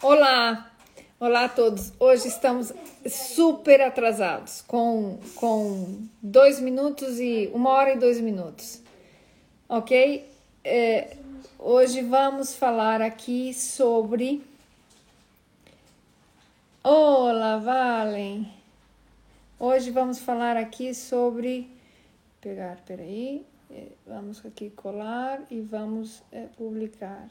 Olá, olá a todos. Hoje estamos super atrasados, com 2 minutos e 1 hora e 2 minutos, ok? Hoje vamos falar aqui sobre... Olá, Valen! Hoje vamos falar aqui sobre... Peraí, vamos aqui colar e vamos publicar.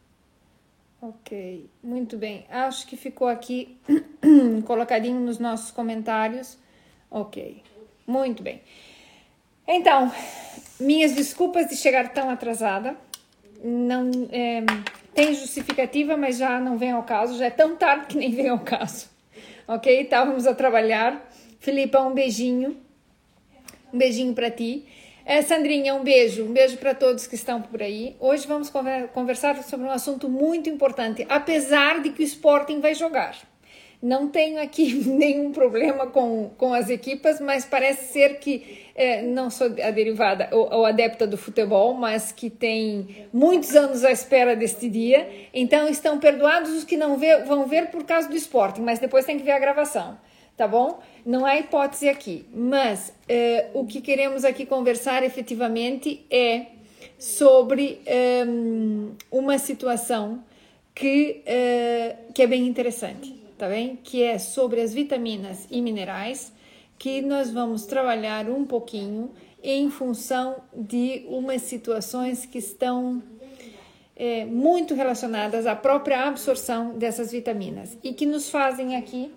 Ok, muito bem. Acho que ficou aqui colocadinho nos nossos comentários. Ok, muito bem. Então, minhas desculpas de chegar tão atrasada. Não tem justificativa, mas já não vem ao caso. Já é tão tarde que nem vem ao caso. Ok, estávamos a trabalhar. Filipa, um beijinho. Um beijinho para ti. Sandrinha, um beijo para todos que estão por aí. Hoje vamos conversar sobre um assunto muito importante, apesar de que o Sporting vai jogar. Não tenho aqui nenhum problema com as equipas, mas parece ser que não sou a derivada ou adepta do futebol, mas que tem muitos anos à espera deste dia. Então estão perdoados os que não vão ver por causa do Sporting, mas depois tem que ver a gravação. Tá bom? Não há hipótese aqui, mas o que queremos aqui conversar efetivamente é sobre uma situação que é bem interessante, tá bem? Que é sobre as vitaminas e minerais, que nós vamos trabalhar um pouquinho em função de umas situações que estão muito relacionadas à própria absorção dessas vitaminas e que nos fazem aqui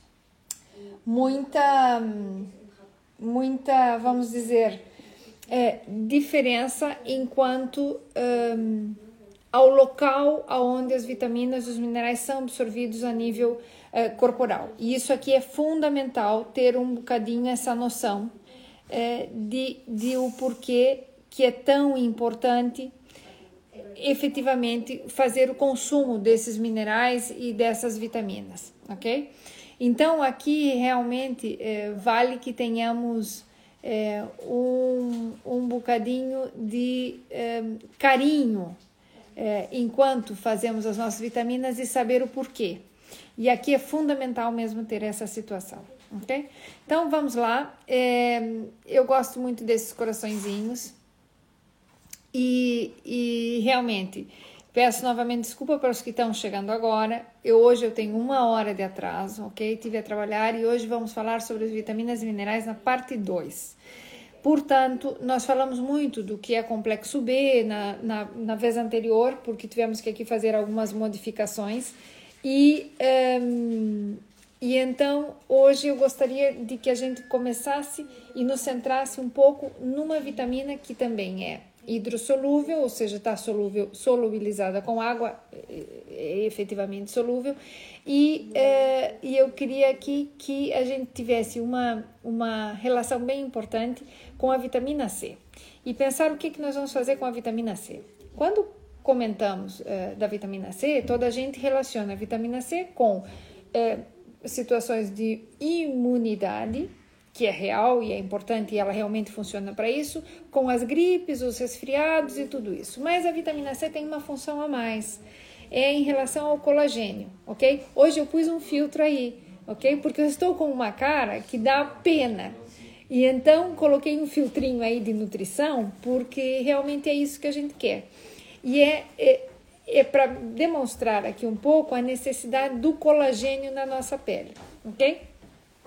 muita, vamos dizer, diferença enquanto ao local onde as vitaminas e os minerais são absorvidos a nível corporal. E isso aqui é fundamental, ter um bocadinho essa noção de o porquê que é tão importante efetivamente fazer o consumo desses minerais e dessas vitaminas, ok? Então, aqui realmente vale que tenhamos um bocadinho de carinho enquanto fazemos as nossas vitaminas e saber o porquê. E aqui é fundamental mesmo ter essa situação, ok? Então, vamos lá. Eu gosto muito desses coraçõezinhos e realmente... Peço novamente desculpa para os que estão chegando agora. Hoje eu tenho 1 hora de atraso, ok? Estive a trabalhar e hoje vamos falar sobre as vitaminas e minerais na parte 2. Portanto, nós falamos muito do que é complexo B na vez anterior, porque tivemos que aqui fazer algumas modificações. E então, hoje eu gostaria de que a gente começasse e nos centrasse um pouco numa vitamina que também é hidrossolúvel, ou seja, está solubilizada com água, é efetivamente solúvel, e eu queria aqui que a gente tivesse uma relação bem importante com a vitamina C, e pensar o que nós vamos fazer com a vitamina C. Quando comentamos da vitamina C, toda a gente relaciona a vitamina C com situações de imunidade, que é real e é importante e ela realmente funciona para isso, com as gripes, os resfriados e tudo isso. Mas a vitamina C tem uma função a mais, é em relação ao colagênio, ok? Hoje eu pus um filtro aí, ok? Porque eu estou com uma cara que dá pena. E então coloquei um filtrinho aí de nutrição, porque realmente é isso que a gente quer. E é para demonstrar aqui um pouco a necessidade do colagênio na nossa pele, ok?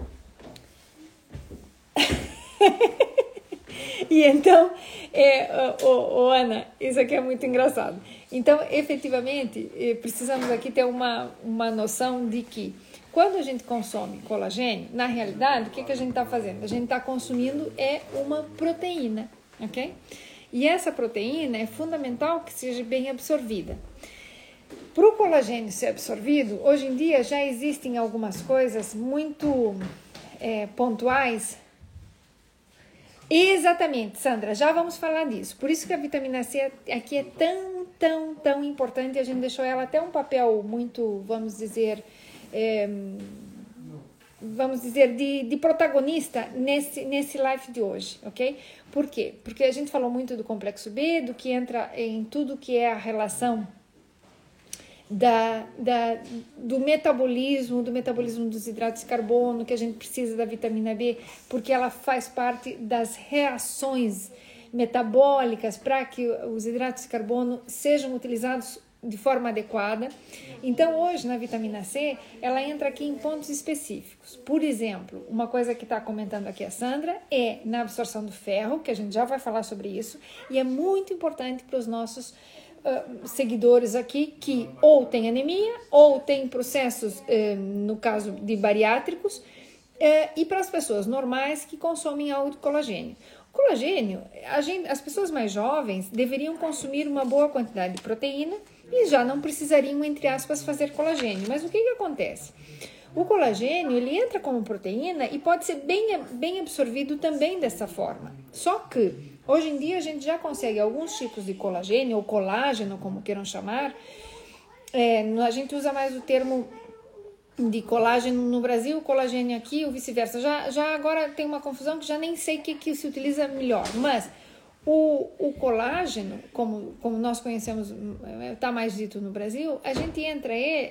E então, Ana, isso aqui é muito engraçado. Então, efetivamente, precisamos aqui ter uma noção de que quando a gente consome colagênio, na realidade, o que a gente está fazendo? A gente está consumindo uma proteína, ok? E essa proteína é fundamental que seja bem absorvida. Para o colagênio ser absorvido, hoje em dia já existem algumas coisas muito pontuais. Exatamente, Sandra, já vamos falar disso. Por isso que a vitamina C aqui é tão importante, a gente deixou ela até um papel muito, vamos dizer, de protagonista nesse live de hoje, ok? Por quê? Porque a gente falou muito do complexo B, do que entra em tudo que é a relação do metabolismo dos hidratos de carbono, que a gente precisa da vitamina B, porque ela faz parte das reações metabólicas para que os hidratos de carbono sejam utilizados de forma adequada. Então, hoje, na vitamina C, ela entra aqui em pontos específicos. Por exemplo, uma coisa que está comentando aqui a Sandra é na absorção do ferro, que a gente já vai falar sobre isso, e é muito importante para os nossos seguidores aqui que ou tem anemia ou tem processos, no caso de bariátricos, e para as pessoas normais que consomem alto colagênio. O colagênio, as pessoas mais jovens deveriam consumir uma boa quantidade de proteína e já não precisariam, entre aspas, fazer colagênio. Mas o que acontece? O colagênio, ele entra como proteína e pode ser bem absorvido também dessa forma. Só que, hoje em dia, a gente já consegue alguns tipos de colagênio, ou colágeno, como queiram chamar. A gente usa mais o termo de colágeno no Brasil, colagênio aqui, ou vice-versa. Já agora tem uma confusão que já nem sei o que se utiliza melhor, mas o colágeno, como nós conhecemos, está mais dito no Brasil, a gente entra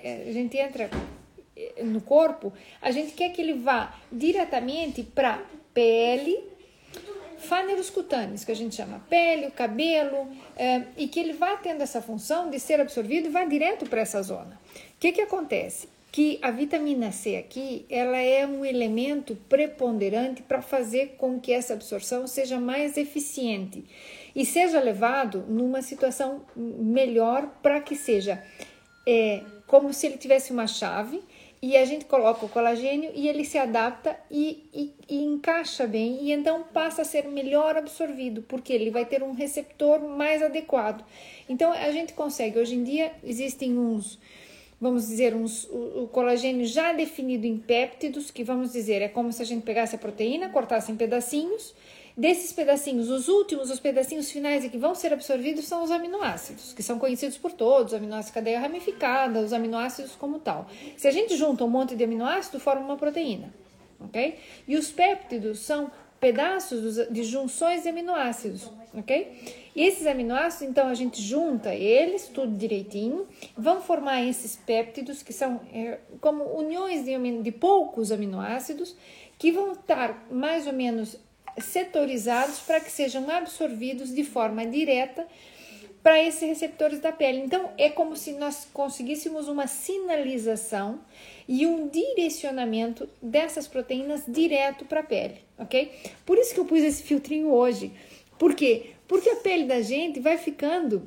no corpo, a gente quer que ele vá diretamente para pele, fâneros cutâneos, que a gente chama pele, o cabelo, e que ele vá tendo essa função de ser absorvido e vá direto para essa zona. O que acontece? Que a vitamina C aqui, ela é um elemento preponderante para fazer com que essa absorção seja mais eficiente e seja levado numa situação melhor para que seja como se ele tivesse uma chave e a gente coloca o colagênio e ele se adapta e encaixa bem e então passa a ser melhor absorvido, porque ele vai ter um receptor mais adequado. Então a gente consegue, hoje em dia existem vamos dizer, o colagênio já definido em péptidos, que vamos dizer, é como se a gente pegasse a proteína, cortasse em pedacinhos. Desses pedacinhos, os pedacinhos finais que vão ser absorvidos são os aminoácidos, que são conhecidos por todos, aminoácidos de cadeia ramificada, os aminoácidos como tal. Se a gente junta um monte de aminoácido, forma uma proteína, ok? E os péptidos são pedaços de junções de aminoácidos, ok? E esses aminoácidos, então, a gente junta eles, tudo direitinho, vão formar esses péptidos, que são como uniões de poucos aminoácidos, que vão estar mais ou menos setorizados para que sejam absorvidos de forma direta para esses receptores da pele. Então, é como se nós conseguíssemos uma sinalização e um direcionamento dessas proteínas direto para a pele, ok? Por isso que eu pus esse filtrinho hoje. Por quê? Porque a pele da gente vai ficando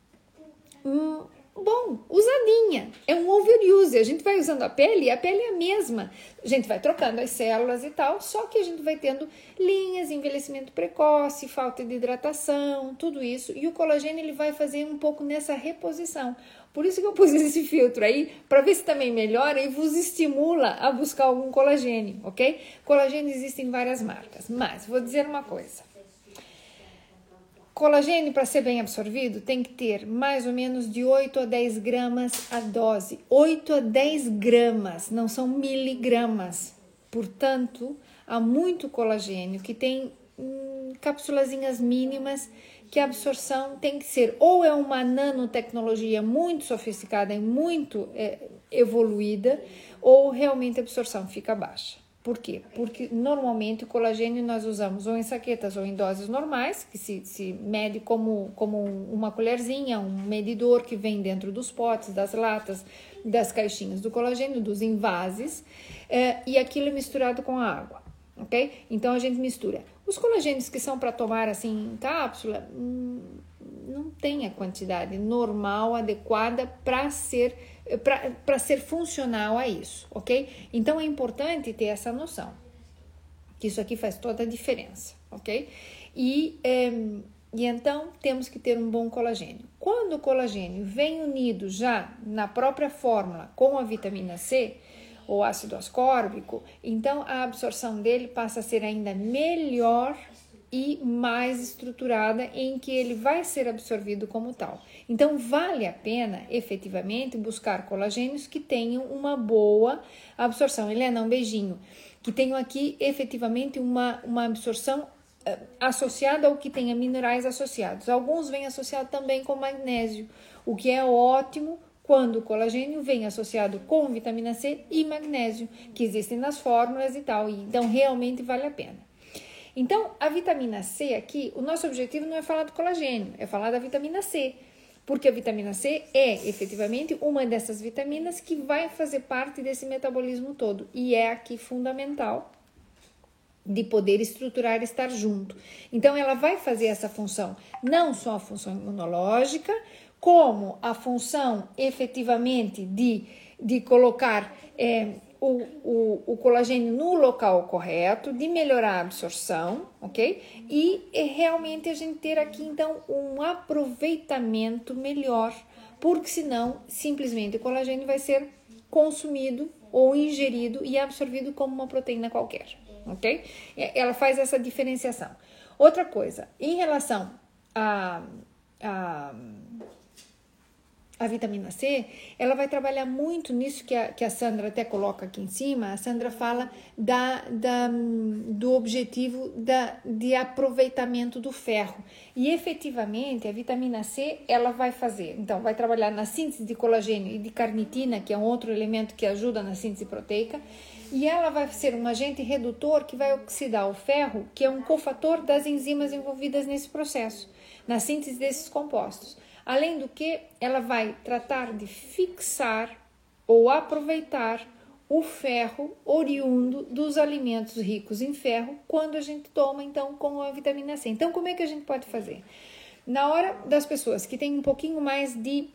usadinha. É um overuse. A gente vai usando a pele e a pele é a mesma. A gente vai trocando as células e tal, só que a gente vai tendo linhas, envelhecimento precoce, falta de hidratação, tudo isso. E o colagênio ele vai fazer um pouco nessa reposição. Por isso que eu pus esse filtro aí, para ver se também melhora e vos estimula a buscar algum colagênio, ok? Colagênio existem várias marcas, mas vou dizer uma coisa. Colagênio, para ser bem absorvido, tem que ter mais ou menos de 8 a 10 gramas a dose. 8 a 10 gramas, não são miligramas. Portanto, há muito colagênio que tem cápsulazinhas mínimas que a absorção tem que ser ou é uma nanotecnologia muito sofisticada e muito evoluída, ou realmente a absorção fica baixa. Por quê? Porque normalmente o colagênio nós usamos ou em saquetas ou em doses normais, que se mede como uma colherzinha, um medidor que vem dentro dos potes, das latas, das caixinhas do colagênio, dos envases, e aquilo é misturado com a água, ok? Então a gente mistura. Os colagênios que são para tomar assim em cápsula, não tem a quantidade normal, adequada para ser funcional a isso, ok? Então é importante ter essa noção, que isso aqui faz toda a diferença, ok? E então temos que ter um bom colagênio. Quando o colagênio vem unido já na própria fórmula com a vitamina C, ou ácido ascórbico, então a absorção dele passa a ser ainda melhor e mais estruturada, em que ele vai ser absorvido como tal. Então, vale a pena, efetivamente, buscar colagênios que tenham uma boa absorção. Helena, um beijinho. Que tenham aqui, efetivamente, uma absorção associada ao que tenha minerais associados. Alguns vêm associados também com magnésio, o que é ótimo, quando o colagênio vem associado com vitamina C e magnésio, que existem nas fórmulas e tal, e então realmente vale a pena. Então, a vitamina C aqui, o nosso objetivo não é falar do colagênio, é falar da vitamina C, porque a vitamina C é efetivamente uma dessas vitaminas que vai fazer parte desse metabolismo todo e é aqui fundamental de poder estruturar e estar junto. Então, ela vai fazer essa função, não só a função imunológica, como a função efetivamente de colocar o colagênio no local correto, de melhorar a absorção, ok? E realmente a gente ter aqui, então, um aproveitamento melhor, porque senão, simplesmente, o colagênio vai ser consumido ou ingerido e absorvido como uma proteína qualquer, ok? Ela faz essa diferenciação. Outra coisa, em relação a vitamina C, ela vai trabalhar muito nisso que a Sandra até coloca aqui em cima. A Sandra fala do objetivo de aproveitamento do ferro. E efetivamente a vitamina C ela vai fazer, então vai trabalhar na síntese de colagênio e de carnitina, que é um outro elemento que ajuda na síntese proteica, e ela vai ser um agente redutor que vai oxidar o ferro, que é um cofator das enzimas envolvidas nesse processo, na síntese desses compostos. Além do que, ela vai tratar de fixar ou aproveitar o ferro oriundo dos alimentos ricos em ferro quando a gente toma, então, com a vitamina C. Então, como é que a gente pode fazer? Na hora das pessoas que têm um pouquinho mais de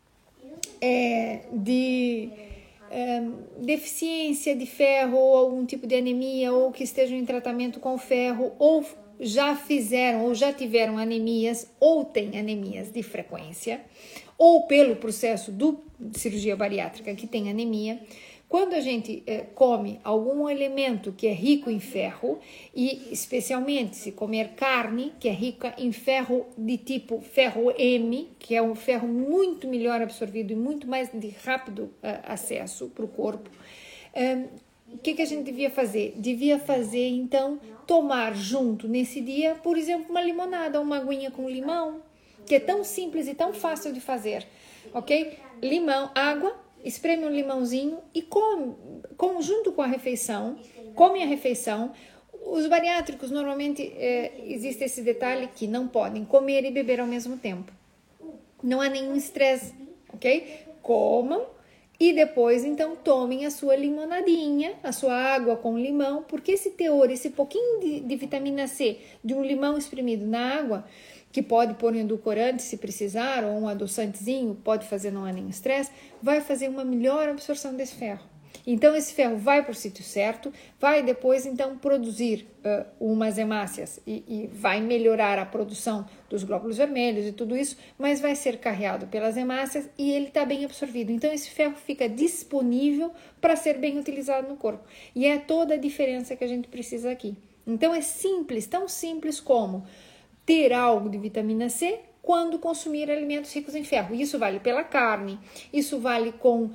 deficiência de ferro ou algum tipo de anemia ou que estejam em tratamento com ferro ou já fizeram ou já tiveram anemias ou têm anemias de frequência ou pelo processo de cirurgia bariátrica que tem anemia, quando a gente come algum elemento que é rico em ferro e especialmente se comer carne que é rica em ferro de tipo ferro M, que é um ferro muito melhor absorvido e muito mais de rápido acesso para o corpo, o que a gente devia fazer? Devia fazer, então, tomar junto nesse dia, por exemplo, uma limonada, uma aguinha com limão, que é tão simples e tão fácil de fazer, ok? Limão, água, espreme um limãozinho e come junto com a refeição, come a refeição. Os bariátricos, normalmente, existe esse detalhe que não podem comer e beber ao mesmo tempo. Não há nenhum estresse, ok? Comam. E depois, então, tomem a sua limonadinha, a sua água com limão, porque esse teor, esse pouquinho de vitamina C de um limão espremido na água, que pode pôr um edulcorante se precisar, ou um adoçantezinho, pode fazer, não há nenhum estresse, vai fazer uma melhor absorção desse ferro. Então, esse ferro vai para o sítio certo, vai depois, então, produzir umas hemácias e vai melhorar a produção dos glóbulos vermelhos e tudo isso, mas vai ser carreado pelas hemácias e ele está bem absorvido. Então, esse ferro fica disponível para ser bem utilizado no corpo. E é toda a diferença que a gente precisa aqui. Então, é simples, tão simples como ter algo de vitamina C quando consumir alimentos ricos em ferro. Isso vale pela carne, isso vale com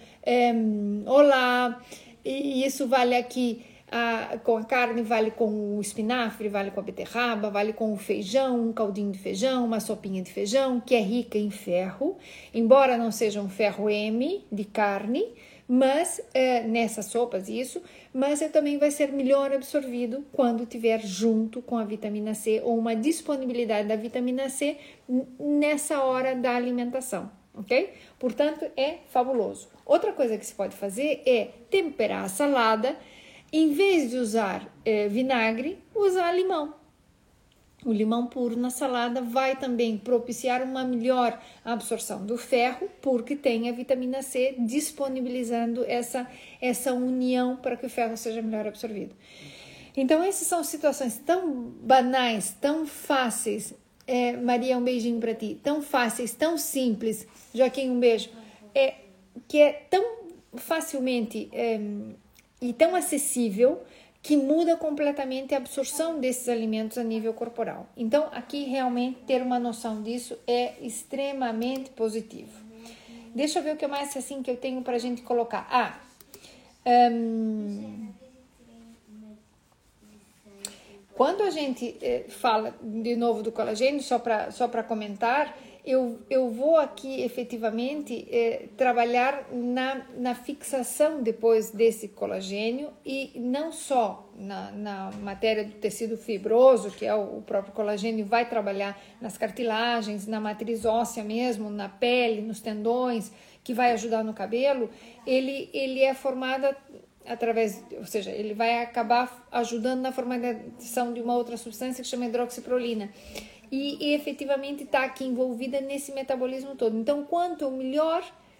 e isso vale aqui com a carne, vale com o espinafre, vale com a beterraba, vale com o feijão, um caldinho de feijão, uma sopinha de feijão, que é rica em ferro, embora não seja um ferro M de carne, mas nessas sopas isso, mas também vai ser melhor absorvido quando tiver junto com a vitamina C ou uma disponibilidade da vitamina C nessa hora da alimentação, ok? Portanto, é fabuloso. Outra coisa que se pode fazer é temperar a salada, em vez de usar vinagre, usar limão. O limão puro na salada vai também propiciar uma melhor absorção do ferro, porque tem a vitamina C disponibilizando essa união para que o ferro seja melhor absorvido. Então, essas são situações tão banais, tão fáceis. Maria, um beijinho para ti. Tão fáceis, tão simples. Joaquim, um beijo. Que é tão facilmente e tão acessível que muda completamente a absorção desses alimentos a nível corporal. Então, aqui realmente ter uma noção disso é extremamente positivo. Deixa eu ver o que mais assim que eu tenho para a gente colocar. Quando a gente fala de novo do colagênio, só para comentar, eu vou aqui efetivamente trabalhar na fixação depois desse colagênio e não só na matéria do tecido fibroso, que é o próprio colagênio, vai trabalhar nas cartilagens, na matriz óssea mesmo, na pele, nos tendões, que vai ajudar no cabelo. Ele é formado através, ou seja, ele vai acabar ajudando na formação de uma outra substância que chama hidroxiprolina. E efetivamente está aqui envolvida nesse metabolismo todo. Então, quanto melhor...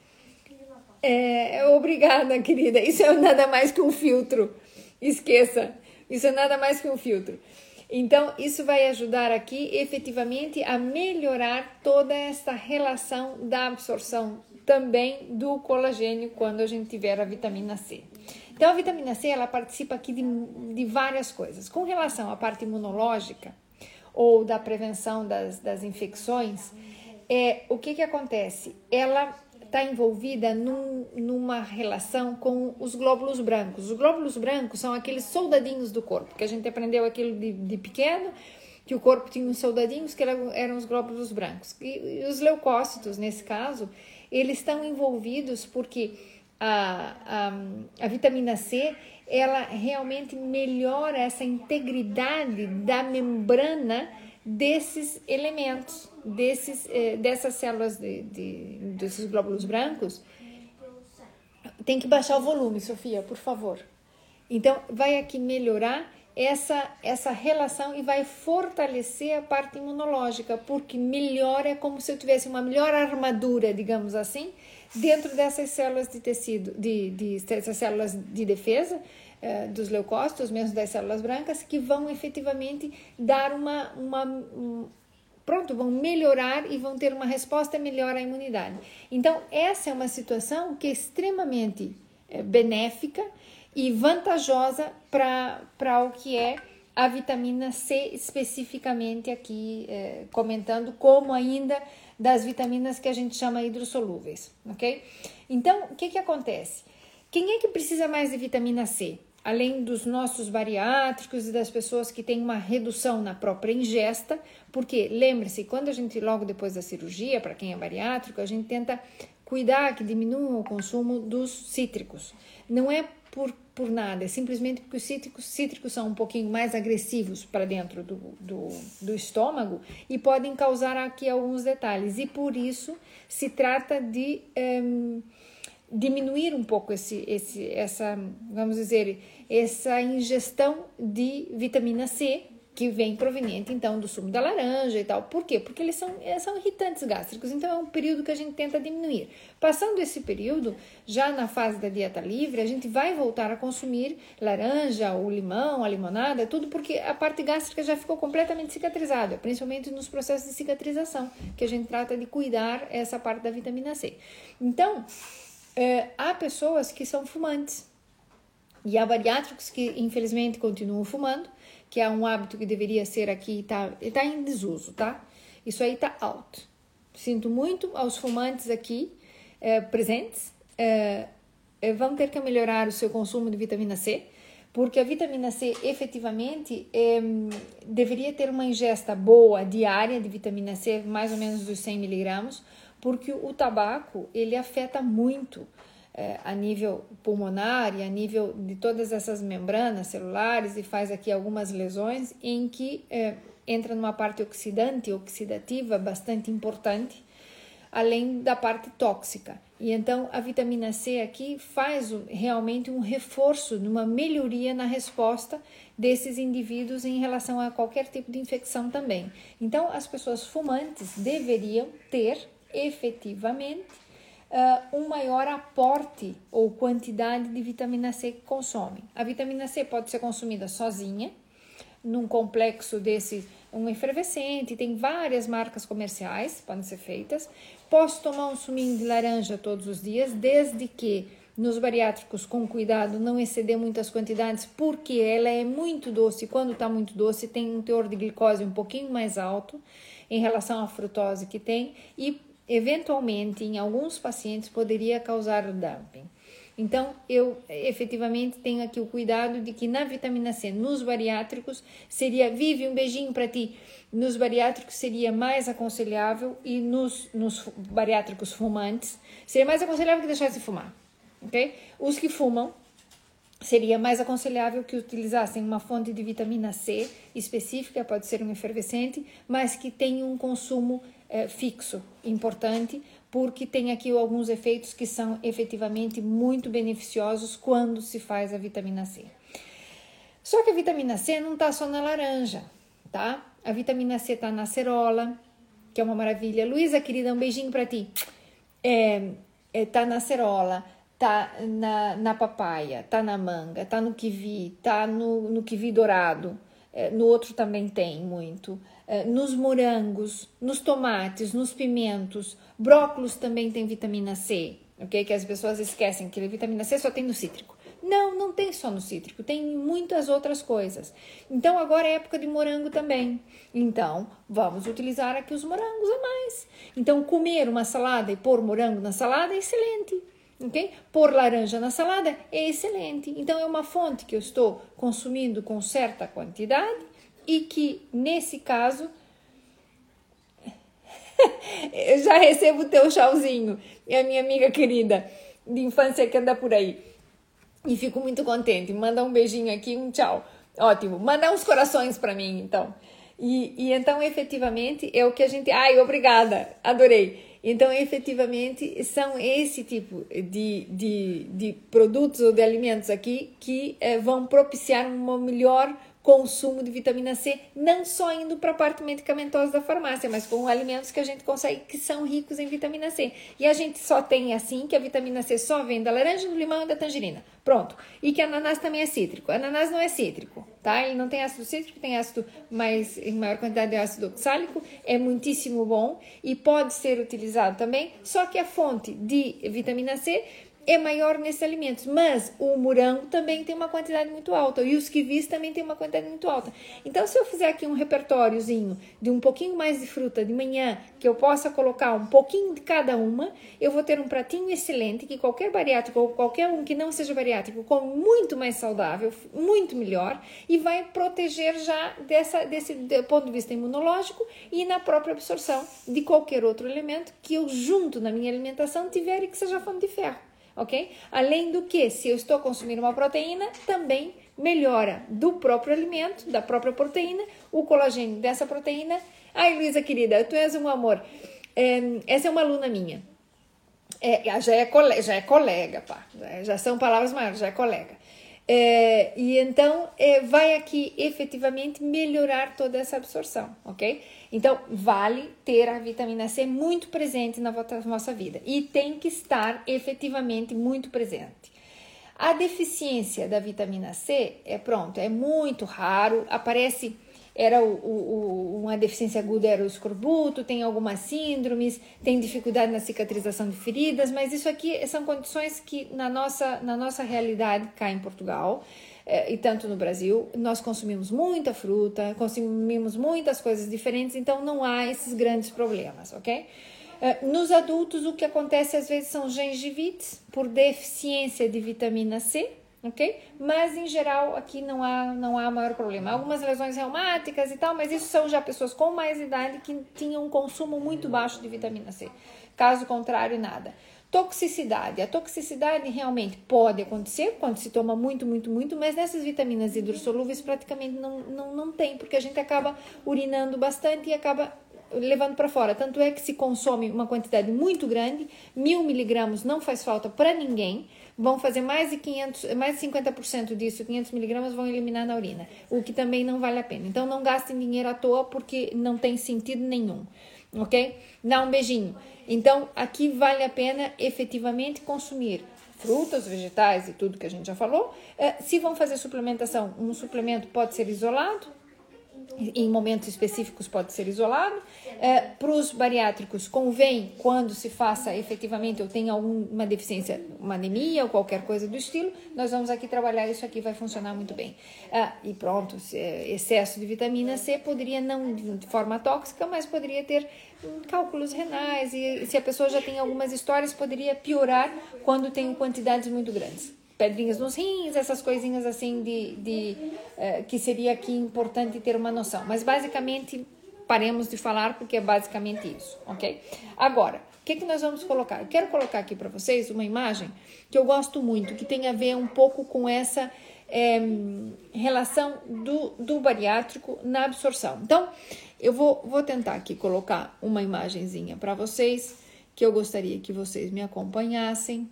obrigada, querida. Isso é nada mais que um filtro. Esqueça. Isso é nada mais que um filtro. Então, isso vai ajudar aqui, efetivamente, a melhorar toda essa relação da absorção também do colagênio quando a gente tiver a vitamina C. Então, a vitamina C, ela participa aqui de várias coisas. Com relação à parte imunológica, ou da prevenção das infecções, o que acontece? Ela está envolvida numa relação com os glóbulos brancos. Os glóbulos brancos são aqueles soldadinhos do corpo, que a gente aprendeu aquilo de pequeno, que o corpo tinha uns soldadinhos que eram os glóbulos brancos. E os leucócitos, nesse caso, eles estão envolvidos porque a vitamina C, ela realmente melhora essa integridade da membrana desses elementos, dessas células desses glóbulos brancos. Tem que baixar o volume, Sofia, por favor. Então, vai aqui melhorar essa relação e vai fortalecer a parte imunológica, porque melhora, é como se eu tivesse uma melhor armadura, digamos assim, dentro dessas células de tecido, dessas células de defesa, dos leucócitos, mesmo das células brancas, que vão efetivamente dar vão melhorar e vão ter uma resposta melhor à imunidade. Então, essa é uma situação que é extremamente benéfica e vantajosa para o que é a vitamina C, especificamente aqui, comentando como ainda das vitaminas que a gente chama hidrossolúveis, ok? Então, o que acontece? Quem é que precisa mais de vitamina C? Além dos nossos bariátricos e das pessoas que têm uma redução na própria ingesta, porque, lembre-se, quando a gente, logo depois da cirurgia, para quem é bariátrico, a gente tenta cuidar que diminua o consumo dos cítricos. Não é por nada, é simplesmente porque os cítricos são um pouquinho mais agressivos para dentro do estômago e podem causar aqui alguns detalhes. E por isso se trata de diminuir um pouco essa, vamos dizer, essa ingestão de vitamina C, que vem proveniente, então, do sumo da laranja e tal. Por quê? Porque eles são irritantes gástricos, então é um período que a gente tenta diminuir. Passando esse período, já na fase da dieta livre, a gente vai voltar a consumir laranja, o limão, a limonada, tudo porque a parte gástrica já ficou completamente cicatrizada, principalmente nos processos de cicatrização, que a gente trata de cuidar essa parte da vitamina C. Então, há pessoas que são fumantes e há bariátricos que infelizmente continuam fumando, que é um hábito que deveria ser aqui, tá em desuso, tá? Isso aí tá alto. Sinto muito aos fumantes aqui presentes, vão ter que melhorar o seu consumo de vitamina C, porque a vitamina C efetivamente deveria ter uma ingesta boa diária de vitamina C, mais ou menos dos 100 miligramas, porque o tabaco, ele afeta muito a nível pulmonar e a nível de todas essas membranas celulares e faz aqui algumas lesões em que entra numa parte oxidativa bastante importante, além da parte tóxica. E então a vitamina C aqui faz realmente um reforço, numa melhoria na resposta desses indivíduos em relação a qualquer tipo de infecção também. Então as pessoas fumantes deveriam ter efetivamente um maior aporte ou quantidade de vitamina C que consomem. A vitamina C pode ser consumida sozinha, num complexo desse, um efervescente, tem várias marcas comerciais, podem ser feitas. Posso tomar um suminho de laranja todos os dias, desde que nos bariátricos, com cuidado, não exceder muitas quantidades, porque ela é muito doce, e quando está muito doce tem um teor de glicose um pouquinho mais alto em relação à frutose que tem, e eventualmente, em alguns pacientes, poderia causar o dumping. Então, eu efetivamente tenho aqui o cuidado de que na vitamina C, nos bariátricos, seria, Vivi, um beijinho para ti, nos bariátricos seria mais aconselhável e nos bariátricos fumantes, seria mais aconselhável que deixassem de fumar, ok? Os que fumam, seria mais aconselhável que utilizassem uma fonte de vitamina C específica, pode ser um efervescente, mas que tenha um consumo fixo, importante, porque tem aqui alguns efeitos que são efetivamente muito beneficiosos quando se faz a vitamina C. Só que a vitamina C não está só na laranja, tá? A vitamina C está na acerola, que é uma maravilha. Luísa, querida, um beijinho para ti. Tá na acerola, tá na papaya, tá na manga, tá no kiwi, tá no kiwi dourado, no outro também tem muito, nos morangos, nos tomates, nos pimentos, brócolis também tem vitamina C, ok? Que as pessoas esquecem que a vitamina C só tem no cítrico. Não, não tem só no cítrico, tem em muitas outras coisas. Então agora é época de morango também. Então vamos utilizar aqui os morangos a mais. Então comer uma salada e pôr morango na salada é excelente. Okay? Pôr laranja na salada é excelente. Então é uma fonte que eu estou consumindo com certa quantidade e que nesse caso eu já recebo o teu chauzinho. É a minha amiga querida de infância que anda por aí. E fico muito contente. Manda um beijinho aqui, um tchau. Ótimo. Manda uns corações para mim, então. E então, efetivamente, é o que a gente... Ai, obrigada. Adorei. Então, efetivamente, são esse tipo de produtos ou de alimentos aqui que vão propiciar um melhor consumo de vitamina C, não só indo para a parte medicamentosa da farmácia, mas com alimentos que a gente consegue, que são ricos em vitamina C. E a gente só tem assim, que a vitamina C só vem da laranja, do limão e da tangerina. Pronto. E que ananás também é cítrico. Ananás não é cítrico, tá? Ele não tem ácido cítrico, tem ácido, mas em maior quantidade de ácido oxálico, é muitíssimo bom e pode ser utilizado também, só que a fonte de vitamina C é maior nesses alimentos, mas o morango também tem uma quantidade muito alta e os kiwis também tem uma quantidade muito alta. Então, se eu fizer aqui um repertóriozinho de um pouquinho mais de fruta de manhã, que eu possa colocar um pouquinho de cada uma, eu vou ter um pratinho excelente que qualquer bariátrico ou qualquer um que não seja bariátrico come muito mais saudável, muito melhor e vai proteger já desse ponto de vista imunológico e na própria absorção de qualquer outro elemento que eu junto na minha alimentação tiver e que seja fonte de ferro. Ok? Além do que, se eu estou consumindo uma proteína, também melhora do próprio alimento, da própria proteína, o colagênio dessa proteína. Ai, Luísa, querida, tu és um amor. Essa é uma aluna minha. Já é colega, pá. Já são palavras maiores, já é colega. E então vai aqui efetivamente melhorar toda essa absorção, ok? Então vale ter a vitamina C muito presente na nossa vida e tem que estar efetivamente muito presente. A deficiência da vitamina C é muito raro, aparece... uma deficiência aguda era o escorbuto, tem algumas síndromes, tem dificuldade na cicatrização de feridas, mas isso aqui são condições que na nossa realidade cá em Portugal e tanto no Brasil, nós consumimos muita fruta, consumimos muitas coisas diferentes, então não há esses grandes problemas, ok? Nos adultos, o que acontece às vezes são gengivites por deficiência de vitamina C, ok? Mas em geral aqui não há maior problema. Algumas lesões reumáticas e tal, mas isso são já pessoas com mais idade que tinham um consumo muito baixo de vitamina C. Caso contrário, nada. Toxicidade. A toxicidade realmente pode acontecer quando se toma muito, mas nessas vitaminas hidrossolúveis praticamente não tem, porque a gente acaba urinando bastante e acaba levando para fora. Tanto é que se consome uma quantidade muito grande, 1000 miligramas não faz falta para ninguém, vão fazer mais de 50% disso, 500 miligramas vão eliminar na urina, o que também não vale a pena. Então não gastem dinheiro à toa porque não tem sentido nenhum, ok? Dá um beijinho. Então aqui vale a pena efetivamente consumir frutas, vegetais e tudo que a gente já falou. Se vão fazer suplementação, um suplemento pode ser isolado, Em momentos específicos pode ser isolado. Para os bariátricos convém quando se faça efetivamente ou tem alguma deficiência, uma anemia ou qualquer coisa do estilo, nós vamos aqui trabalhar isso aqui, vai funcionar muito bem. E pronto, excesso de vitamina C poderia não de forma tóxica, mas poderia ter cálculos renais e se a pessoa já tem algumas histórias, poderia piorar quando tem quantidades muito grandes. Pedrinhas nos rins, essas coisinhas assim que seria aqui importante ter uma noção. Mas basicamente, paremos de falar porque é basicamente isso, ok? Agora, o que nós vamos colocar? Eu quero colocar aqui para vocês uma imagem que eu gosto muito, que tem a ver um pouco com essa relação do bariátrico na absorção. Então, eu vou tentar aqui colocar uma imagenzinha para vocês, que eu gostaria que vocês me acompanhassem.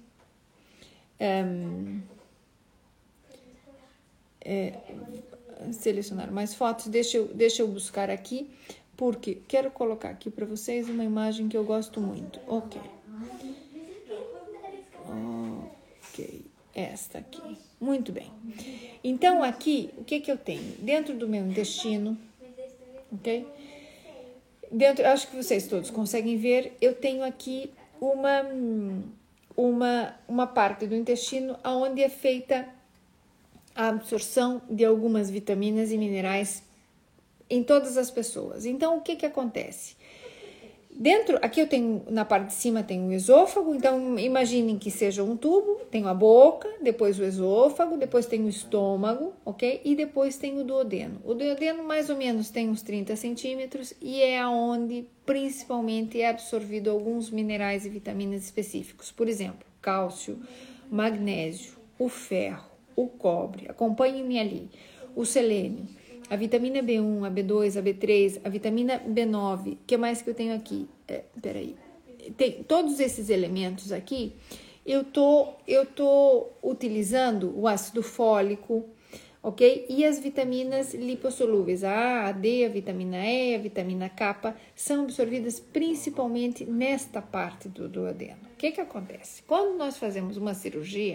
Selecionar mais fotos, deixa eu buscar aqui, porque quero colocar aqui para vocês uma imagem que eu gosto muito. Ok, esta aqui, muito bem. Então aqui, o que eu tenho? Dentro do meu intestino, ok? Acho que vocês todos conseguem ver, eu tenho aqui uma parte do intestino onde é feita a absorção de algumas vitaminas e minerais em todas as pessoas. Então, o que acontece? Aqui eu tenho, na parte de cima tem o esôfago, então imaginem que seja um tubo, tenho a boca, depois o esôfago, depois tem o estômago, ok? E depois tem o duodeno. O duodeno mais ou menos tem uns 30 centímetros e é onde principalmente é absorvido alguns minerais e vitaminas específicos. Por exemplo, cálcio, magnésio, o ferro, o cobre, acompanhem-me ali, o selênio, a vitamina B1, a B2, a B3, a vitamina B9, o que mais que eu tenho aqui? Tem todos esses elementos aqui, eu tô utilizando o ácido fólico, ok? E as vitaminas lipossolúveis, a A, a D, a vitamina E, a vitamina K, são absorvidas principalmente nesta parte do duodeno. O que acontece? Quando nós fazemos uma cirurgia,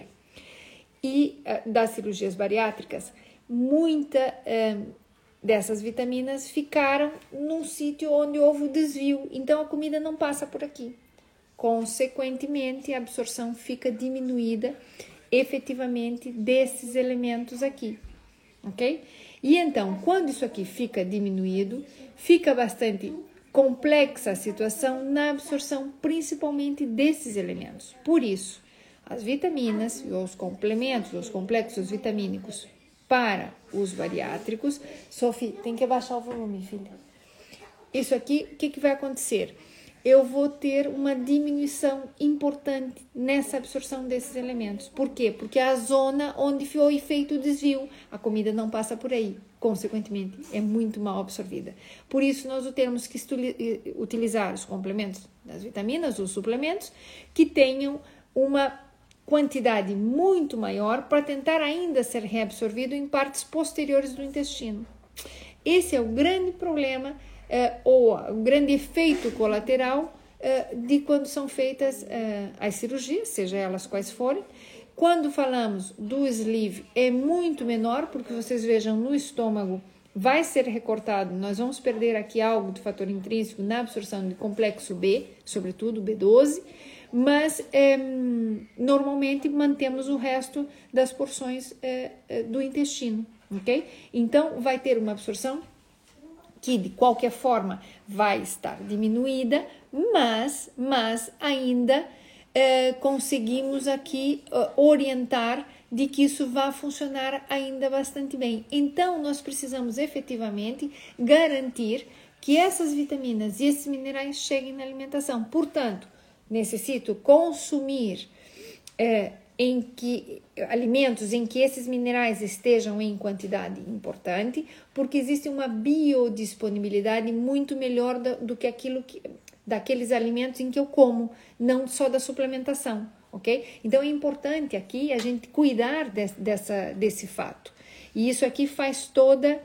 e das cirurgias bariátricas, muita dessas vitaminas ficaram num sítio onde houve o desvio, então a comida não passa por aqui. Consequentemente, a absorção fica diminuída efetivamente desses elementos aqui, ok? E então, quando isso aqui fica diminuído, fica bastante complexa a situação na absorção, principalmente desses elementos. Por isso, as vitaminas, os complementos, os complexos vitamínicos para os bariátricos. Sophie, tem que abaixar o volume, filha. Isso aqui, o que vai acontecer? Eu vou ter uma diminuição importante nessa absorção desses elementos. Por quê? Porque é a zona onde foi feito o desvio, a comida não passa por aí. Consequentemente, é muito mal absorvida. Por isso, nós temos que utilizar os complementos das vitaminas, os suplementos, que tenham uma quantidade muito maior para tentar ainda ser reabsorvido em partes posteriores do intestino. Esse é o grande problema ou o grande efeito colateral de quando são feitas as cirurgias, seja elas quais forem. Quando falamos do sleeve, é muito menor, porque vocês vejam no estômago, vai ser recortado, nós vamos perder aqui algo do fator intrínseco na absorção de complexo B, sobretudo B12, mas normalmente mantemos o resto das porções do intestino, ok? Então, vai ter uma absorção que, de qualquer forma, vai estar diminuída, mas ainda conseguimos aqui orientar de que isso vai funcionar ainda bastante bem. Então, nós precisamos efetivamente garantir que essas vitaminas e esses minerais cheguem na alimentação. Portanto, necessito consumir alimentos em que esses minerais estejam em quantidade importante, porque existe uma biodisponibilidade muito melhor do que daqueles alimentos em que eu como, não só da suplementação, ok? Então é importante aqui a gente cuidar desse fato. E isso aqui faz toda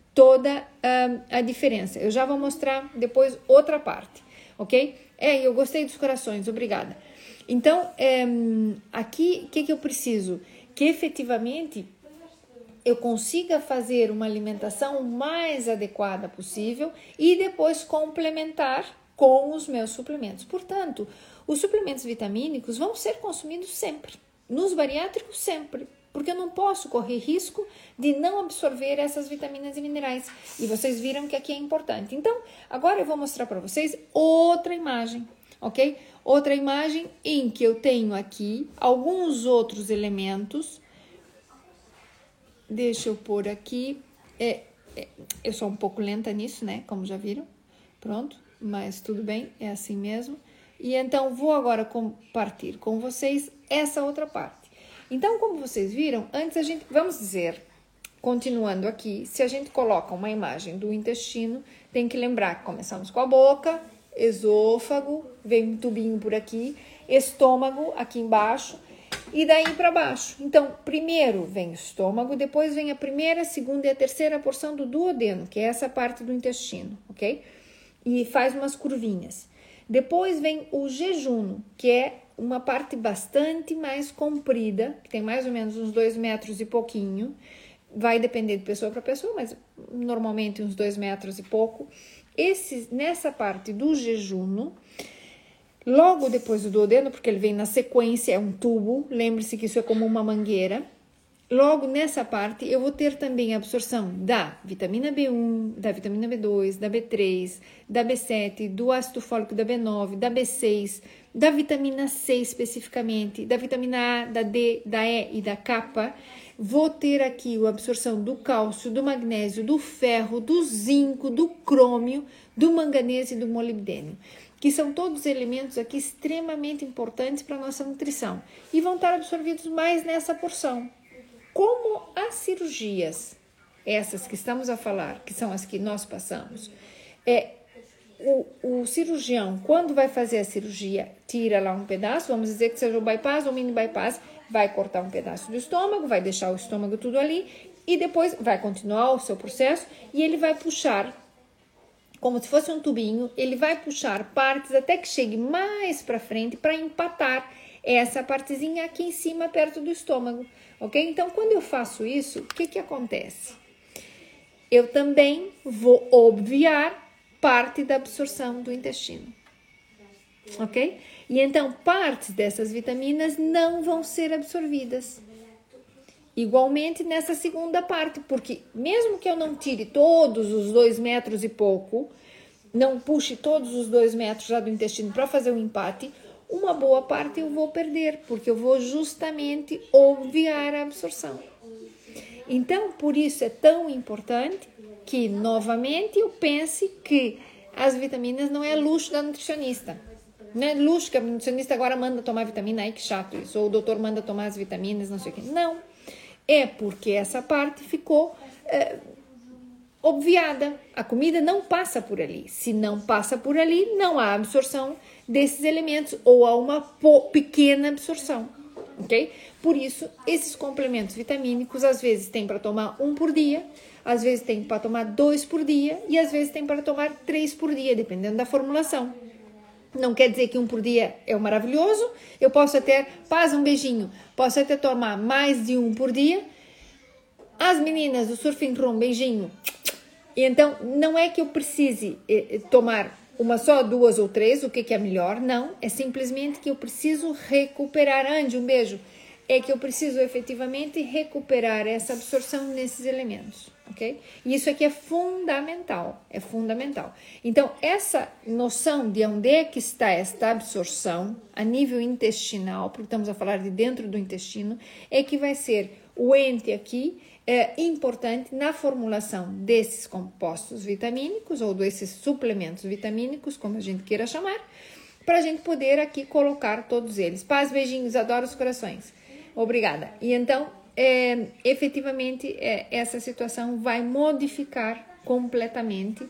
a diferença. Eu já vou mostrar depois outra parte, ok? Eu gostei dos corações, obrigada. Então, aqui, o que eu preciso? Que efetivamente eu consiga fazer uma alimentação mais adequada possível e depois complementar com os meus suplementos. Portanto, os suplementos vitamínicos vão ser consumidos sempre, nos bariátricos sempre, porque eu não posso correr risco de não absorver essas vitaminas e minerais. E vocês viram que aqui é importante. Então, agora eu vou mostrar para vocês outra imagem, ok? Outra imagem em que eu tenho aqui alguns outros elementos. Deixa eu pôr aqui. Eu sou um pouco lenta nisso, né? Como já viram. Pronto, mas tudo bem, é assim mesmo. E então, vou agora compartilhar com vocês essa outra parte. Então, como vocês viram, antes a gente, vamos dizer, continuando aqui, se a gente coloca uma imagem do intestino, tem que lembrar que começamos com a boca, esôfago, vem um tubinho por aqui, estômago aqui embaixo, e daí para baixo. Então, primeiro vem o estômago, depois vem a primeira, segunda e a terceira porção do duodeno, que é essa parte do intestino, ok? E faz umas curvinhas. Depois vem o jejuno, que é uma parte bastante mais comprida, que tem mais ou menos uns 2 metros e pouquinho. Vai depender de pessoa para pessoa, mas normalmente uns 2 metros e pouco. Nessa parte do jejuno, logo depois do duodeno, porque ele vem na sequência, é um tubo, lembre-se que isso é como uma mangueira. Logo nessa parte, eu vou ter também a absorção da vitamina B1, da vitamina B2, da B3, da B7, do ácido fólico da B9, da B6, da vitamina C especificamente, da vitamina A, da D, da E e da K. Vou ter aqui a absorção do cálcio, do magnésio, do ferro, do zinco, do crômio, do manganês e do molibdênio, que são todos elementos aqui extremamente importantes para a nossa nutrição e vão estar absorvidos mais nessa porção. Como as cirurgias, essas que estamos a falar, que são as que nós passamos, o cirurgião, quando vai fazer a cirurgia, tira lá um pedaço, vamos dizer que seja o bypass ou mini bypass, vai cortar um pedaço do estômago, vai deixar o estômago tudo ali e depois vai continuar o seu processo e ele vai puxar, como se fosse um tubinho, ele vai puxar partes até que chegue mais para frente para empatar essa partezinha aqui em cima, perto do estômago, ok? Então, quando eu faço isso, o que acontece? Eu também vou obviar parte da absorção do intestino, ok? E então, partes dessas vitaminas não vão ser absorvidas. Igualmente nessa segunda parte, porque mesmo que eu não tire todos os 2 metros e pouco, não puxe todos os 2 metros já do intestino para fazer o empate, uma boa parte eu vou perder, porque eu vou justamente obviar a absorção. Então, por isso é tão importante que, novamente, eu pense que as vitaminas não é luxo da nutricionista. Não é luxo que a nutricionista agora manda tomar vitamina, ai que chato isso, ou o doutor manda tomar as vitaminas, não sei o quê. Não, é porque essa parte ficou obviada. A comida não passa por ali. Se não passa por ali, não há absorção desses elementos ou há uma pequena absorção, ok? Por isso, esses complementos vitamínicos, às vezes tem para tomar 1 por dia, às vezes tem para tomar 2 por dia e às vezes tem para tomar 3 por dia, dependendo da formulação. Não quer dizer que 1 por dia é o maravilhoso, eu posso até, paz, um beijinho, posso até tomar mais de 1 por dia. As meninas do Surfing Room, beijinho. E então, não é que eu precise tomar uma só, 2 ou 3, o que é melhor, não. É simplesmente que eu preciso recuperar, Andy, um beijo. É que eu preciso efetivamente recuperar essa absorção nesses elementos, ok? E isso aqui é fundamental, é fundamental. Então, essa noção de onde é que está esta absorção a nível intestinal, porque estamos a falar de dentro do intestino, é que vai ser o ente aqui importante na formulação desses compostos vitamínicos ou desses suplementos vitamínicos, como a gente queira chamar, para a gente poder aqui colocar todos eles. Paz, beijinhos, adoro os corações. Obrigada. E então, efetivamente, essa situação vai modificar completamente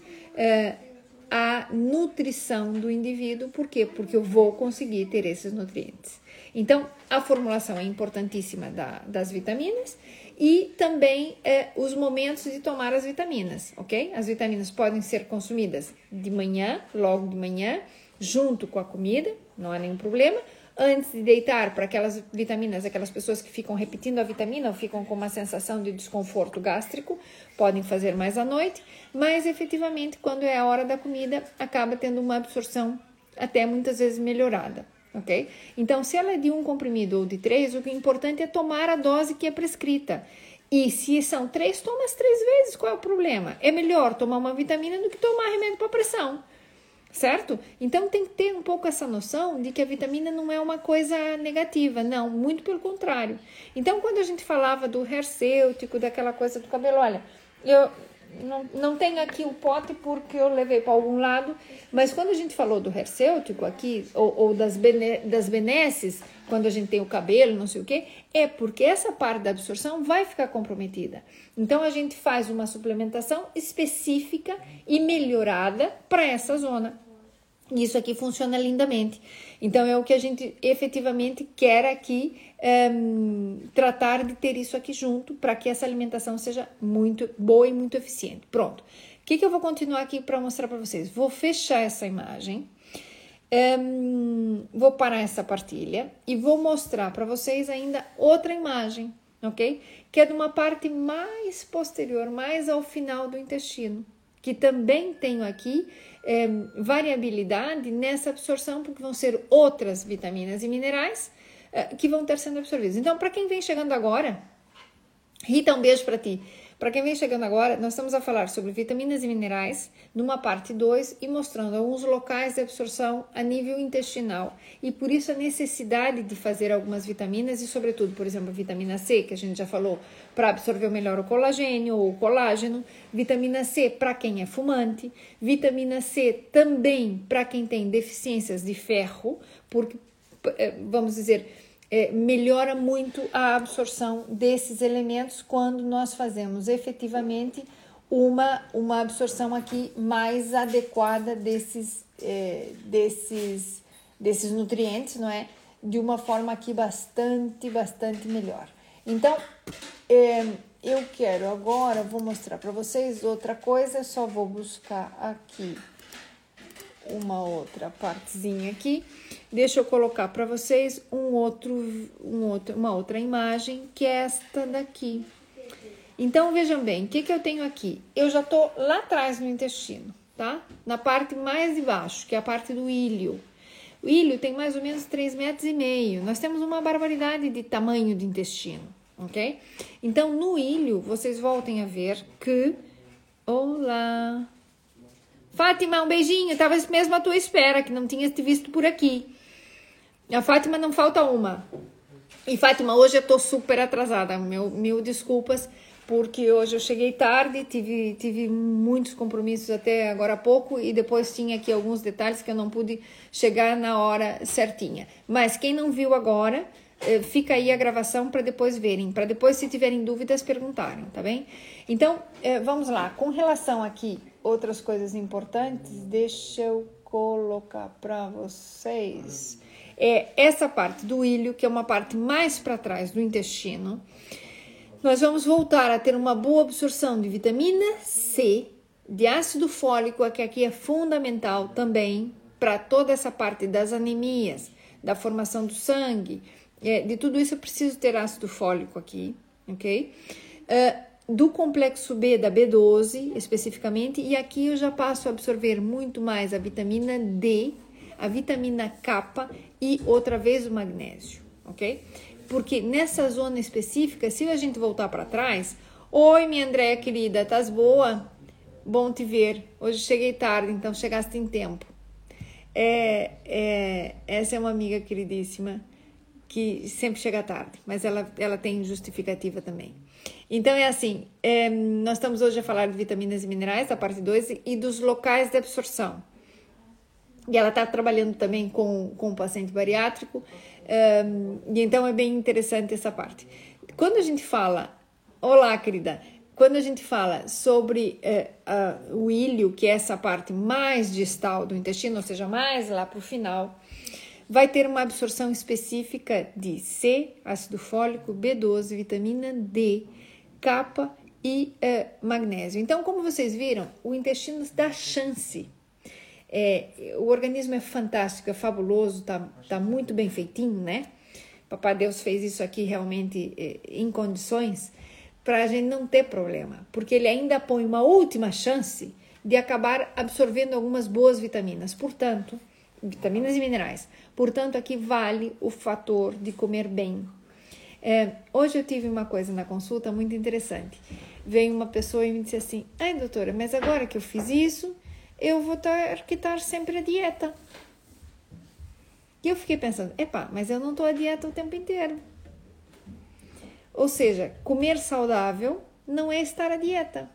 a nutrição do indivíduo. Por quê? Porque eu vou conseguir ter esses nutrientes. Então, a formulação é importantíssima das vitaminas e também os momentos de tomar as vitaminas, ok? As vitaminas podem ser consumidas de manhã, logo de manhã, junto com a comida, não há nenhum problema. antes de deitar, para aquelas vitaminas, aquelas pessoas que ficam repetindo a vitamina ou ficam com uma sensação de desconforto gástrico, podem fazer mais à noite, mas efetivamente quando é a hora da comida, acaba tendo uma absorção até muitas vezes melhorada, ok? Então, se ela é de 1 comprimido ou de 3, o que é importante é tomar a dose que é prescrita. E se são 3, toma as 3 vezes, qual é o problema? É melhor tomar uma vitamina do que tomar remédio para pressão, certo? Então tem que ter um pouco essa noção de que a vitamina não é uma coisa negativa, não, muito pelo contrário. Então quando a gente falava do hercêutico, daquela coisa do cabelo, olha, eu não tenho aqui o pote porque eu levei para algum lado, mas quando a gente falou do hercêutico aqui, ou das benesses, quando a gente tem o cabelo, não sei o que, é porque essa parte da absorção vai ficar comprometida. Então a gente faz uma suplementação específica e melhorada para essa zona. Isso aqui funciona lindamente. Então é o que a gente efetivamente quer aqui, tratar de ter isso aqui junto para que essa alimentação seja muito boa e muito eficiente. Pronto. O que eu vou continuar aqui para mostrar para vocês? Vou fechar essa imagem, vou parar essa partilha e vou mostrar para vocês ainda outra imagem, ok? Que é de uma parte mais posterior, mais ao final do intestino, que também tenho aqui variabilidade nessa absorção, porque vão ser outras vitaminas e minerais que vão estar sendo absorvidos. Então, para quem vem chegando agora, Rita, um beijo para ti. Para quem vem chegando agora, nós estamos a falar sobre vitaminas e minerais numa parte 2 e mostrando alguns locais de absorção a nível intestinal. E por isso a necessidade de fazer algumas vitaminas e, sobretudo, por exemplo, a vitamina C, que a gente já falou, para absorver melhor o colagênio ou o colágeno. Vitamina C para quem é fumante. Vitamina C também para quem tem deficiências de ferro, porque, vamos dizer, melhora muito a absorção desses elementos quando nós fazemos efetivamente uma absorção aqui mais adequada desses nutrientes, não é? De uma forma aqui bastante melhor. Então, eu quero agora, vou mostrar para vocês outra coisa, só vou buscar aqui uma outra partezinha aqui. Deixa eu colocar para vocês uma outra imagem, que é esta daqui. Então, vejam bem, o que eu tenho aqui? Eu já tô lá atrás no intestino, tá? Na parte mais de baixo, que é a parte do íleo. O íleo tem mais ou menos 3,5 metros. Nós temos uma barbaridade de tamanho de intestino, ok? Então, no íleo, vocês voltem a ver que... Olá! Fátima, um beijinho. Tava mesmo à tua espera, que não tinha te visto por aqui. A Fátima não falta uma. E Fátima, hoje eu tô super atrasada. Mil desculpas, porque hoje eu cheguei tarde, tive muitos compromissos até agora há pouco e depois tinha aqui alguns detalhes que eu não pude chegar na hora certinha. Mas quem não viu agora, fica aí a gravação para depois verem, para depois, se tiverem dúvidas, perguntarem, tá bem? Então, vamos lá. Com relação aqui, outras coisas importantes, deixa eu colocar para vocês. Essa parte do íleo, que é uma parte mais para trás do intestino, nós vamos voltar a ter uma boa absorção de vitamina C, de ácido fólico, que aqui é fundamental também para toda essa parte das anemias, da formação do sangue, de tudo isso eu preciso ter ácido fólico aqui, ok? Do complexo B, da B12 especificamente, e aqui eu já passo a absorver muito mais a vitamina D, a vitamina K e outra vez o magnésio, ok? Porque nessa zona específica, se a gente voltar para trás, oi minha Andréia querida, estás boa? Bom te ver, hoje cheguei tarde, então chegaste em tempo. Essa é uma amiga queridíssima, que sempre chega tarde, mas ela tem justificativa também. Então é assim, nós estamos hoje a falar de vitaminas e minerais, da parte 2, e dos locais de absorção. E ela está trabalhando também com o paciente bariátrico, e então é bem interessante essa parte. Quando a gente fala, olá querida, quando a gente fala sobre o íleo, que é essa parte mais distal do intestino, ou seja, mais lá para o final, vai ter uma absorção específica de C, ácido fólico, B12, vitamina D, K e magnésio. Então, como vocês viram, o intestino dá chance O organismo é fantástico, é fabuloso, tá muito bem feitinho, né? Papai Deus fez isso aqui realmente em condições para a gente não ter problema, porque ele ainda põe uma última chance de acabar absorvendo algumas boas vitaminas, portanto, vitaminas e minerais. Portanto, aqui vale o fator de comer bem. Hoje eu tive uma coisa na consulta muito interessante. Veio uma pessoa e me disse assim: ai, doutora, mas agora que eu fiz isso, eu vou ter que estar sempre à dieta. E eu fiquei pensando, mas eu não estou à dieta o tempo inteiro. Ou seja, comer saudável não é estar à dieta.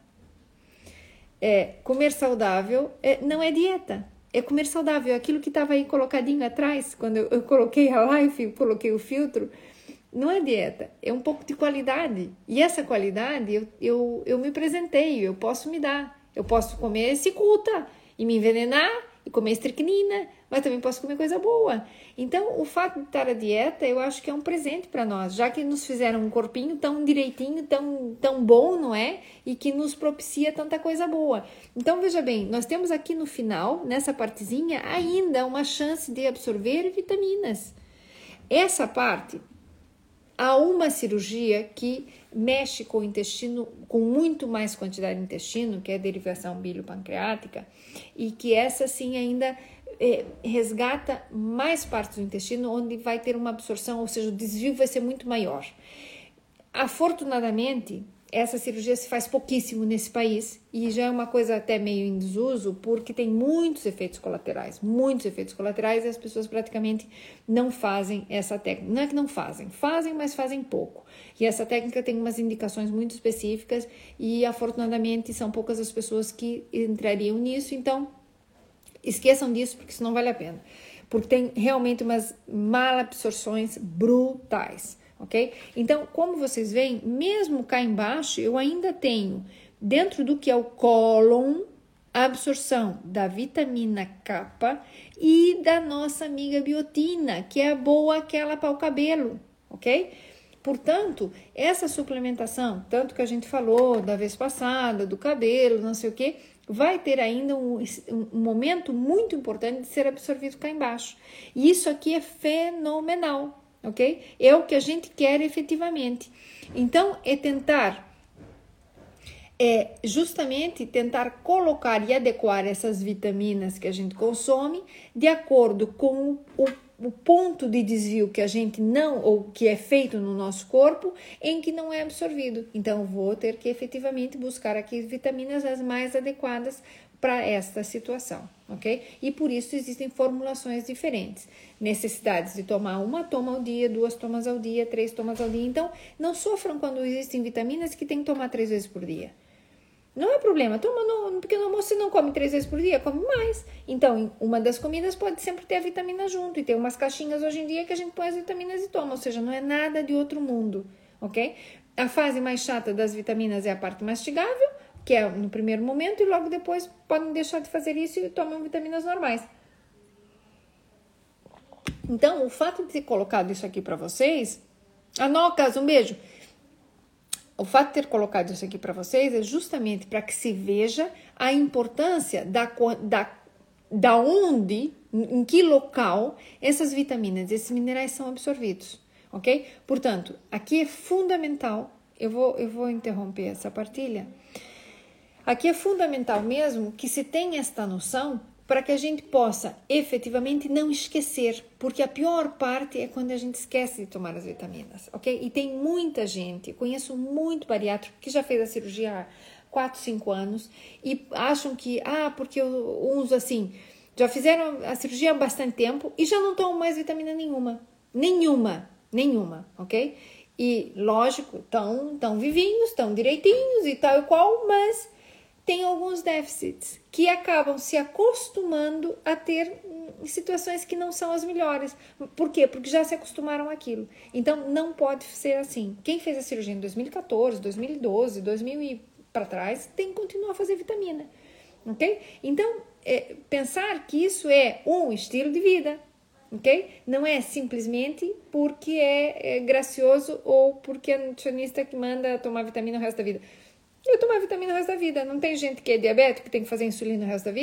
Comer saudável não é dieta. É comer saudável. Aquilo que estava aí colocadinho atrás, quando eu coloquei a live, coloquei o filtro, não é dieta. É um pouco de qualidade. E essa qualidade eu me presenteio, eu posso me dar. Eu posso comer cicuta e me envenenar e comer estricnina, mas também posso comer coisa boa. Então, o fato de estar à dieta, eu acho que é um presente para nós, já que nos fizeram um corpinho tão direitinho, tão bom, não é? E que nos propicia tanta coisa boa. Então, veja bem, nós temos aqui no final, nessa partezinha, ainda uma chance de absorver vitaminas. Essa parte, há uma cirurgia que mexe com o intestino, com muito mais quantidade de intestino, que é a derivação biliopancreática, e que essa sim ainda resgata mais partes do intestino, onde vai ter uma absorção, ou seja, o desvio vai ser muito maior. Afortunadamente, essa cirurgia se faz pouquíssimo nesse país e já é uma coisa até meio em desuso, porque tem muitos efeitos colaterais e as pessoas praticamente não fazem essa técnica. Não é que não fazem, mas fazem pouco. E essa técnica tem umas indicações muito específicas e afortunadamente são poucas as pessoas que entrariam nisso, então esqueçam disso porque isso não vale a pena. Porque tem realmente umas malabsorções brutais. Ok? Então, como vocês veem, mesmo cá embaixo, eu ainda tenho, dentro do que é o cólon, a absorção da vitamina K e da nossa amiga biotina, que é a boa, aquela para o cabelo, ok? Portanto, essa suplementação, tanto que a gente falou da vez passada, do cabelo, não sei o que, vai ter ainda um momento muito importante de ser absorvido cá embaixo. E isso aqui é fenomenal. Ok? É o que a gente quer efetivamente. Então, justamente tentar colocar e adequar essas vitaminas que a gente consome de acordo com o ponto de desvio que a gente não, ou que é feito no nosso corpo, em que não é absorvido. Então, vou ter que efetivamente buscar aqui vitaminas as mais adequadas para esta situação, ok? E por isso existem formulações diferentes. Necessidades de tomar toma ao dia, 2 tomas ao dia, 3 tomas ao dia. Então, não sofram quando existem vitaminas que tem que tomar 3 vezes por dia. Não é problema, toma no pequeno almoço, você não come 3 vezes por dia, come mais. Então, uma das comidas pode sempre ter a vitamina junto. E tem umas caixinhas hoje em dia que a gente põe as vitaminas e toma. Ou seja, não é nada de outro mundo, ok? A fase mais chata das vitaminas é a parte mastigável, que é no primeiro momento, e logo depois podem deixar de fazer isso e tomam vitaminas normais. Então, o fato de ter colocado isso aqui para vocês... Anocas, um beijo! O fato de ter colocado isso aqui para vocês é justamente para que se veja a importância da onde, em que local essas vitaminas, esses minerais são absorvidos, ok? Portanto, aqui é fundamental, eu vou interromper essa partilha. Aqui é fundamental mesmo que se tenha esta noção para que a gente possa efetivamente não esquecer, porque a pior parte é quando a gente esquece de tomar as vitaminas, ok? E tem muita gente, eu conheço muito bariátrico que já fez a cirurgia há 4, 5 anos e acham que, porque eu uso assim, já fizeram a cirurgia há bastante tempo e já não tomam mais vitamina nenhuma, ok? E lógico, tão vivinhos, tão direitinhos e tal e qual, mas tem alguns déficits que acabam se acostumando a ter situações que não são as melhores. Por quê? Porque já se acostumaram àquilo. Então, não pode ser assim. Quem fez a cirurgia em 2014, 2012, 2000 e para trás, tem que continuar a fazer vitamina. Ok? Então, pensar que isso é um estilo de vida. Ok? Não é simplesmente porque é gracioso ou porque é nutricionista que manda tomar vitamina o resto da vida. Eu tomar vitamina o resto da vida. Não tem gente que é diabético que tem que fazer insulina o resto da vida?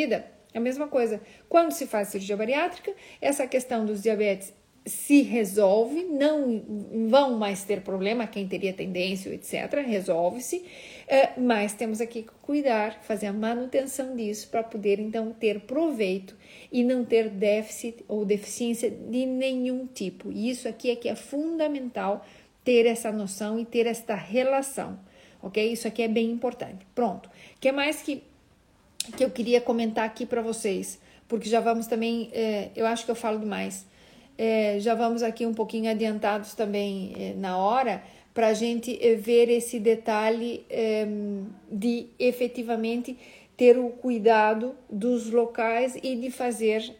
A mesma coisa, quando se faz cirurgia bariátrica, essa questão dos diabetes se resolve, não vão mais ter problema, quem teria tendência, etc., resolve-se, mas temos aqui que cuidar, fazer a manutenção disso para poder, então, ter proveito e não ter déficit ou deficiência de nenhum tipo. E isso aqui é que é fundamental, ter essa noção e ter esta relação, ok? Isso aqui é bem importante. Pronto. O que mais que eu queria comentar aqui para vocês? Porque já vamos também, eu acho que eu falo demais, já vamos aqui um pouquinho adiantados também na hora, para a gente ver esse detalhe de efetivamente ter o cuidado dos locais e de fazer...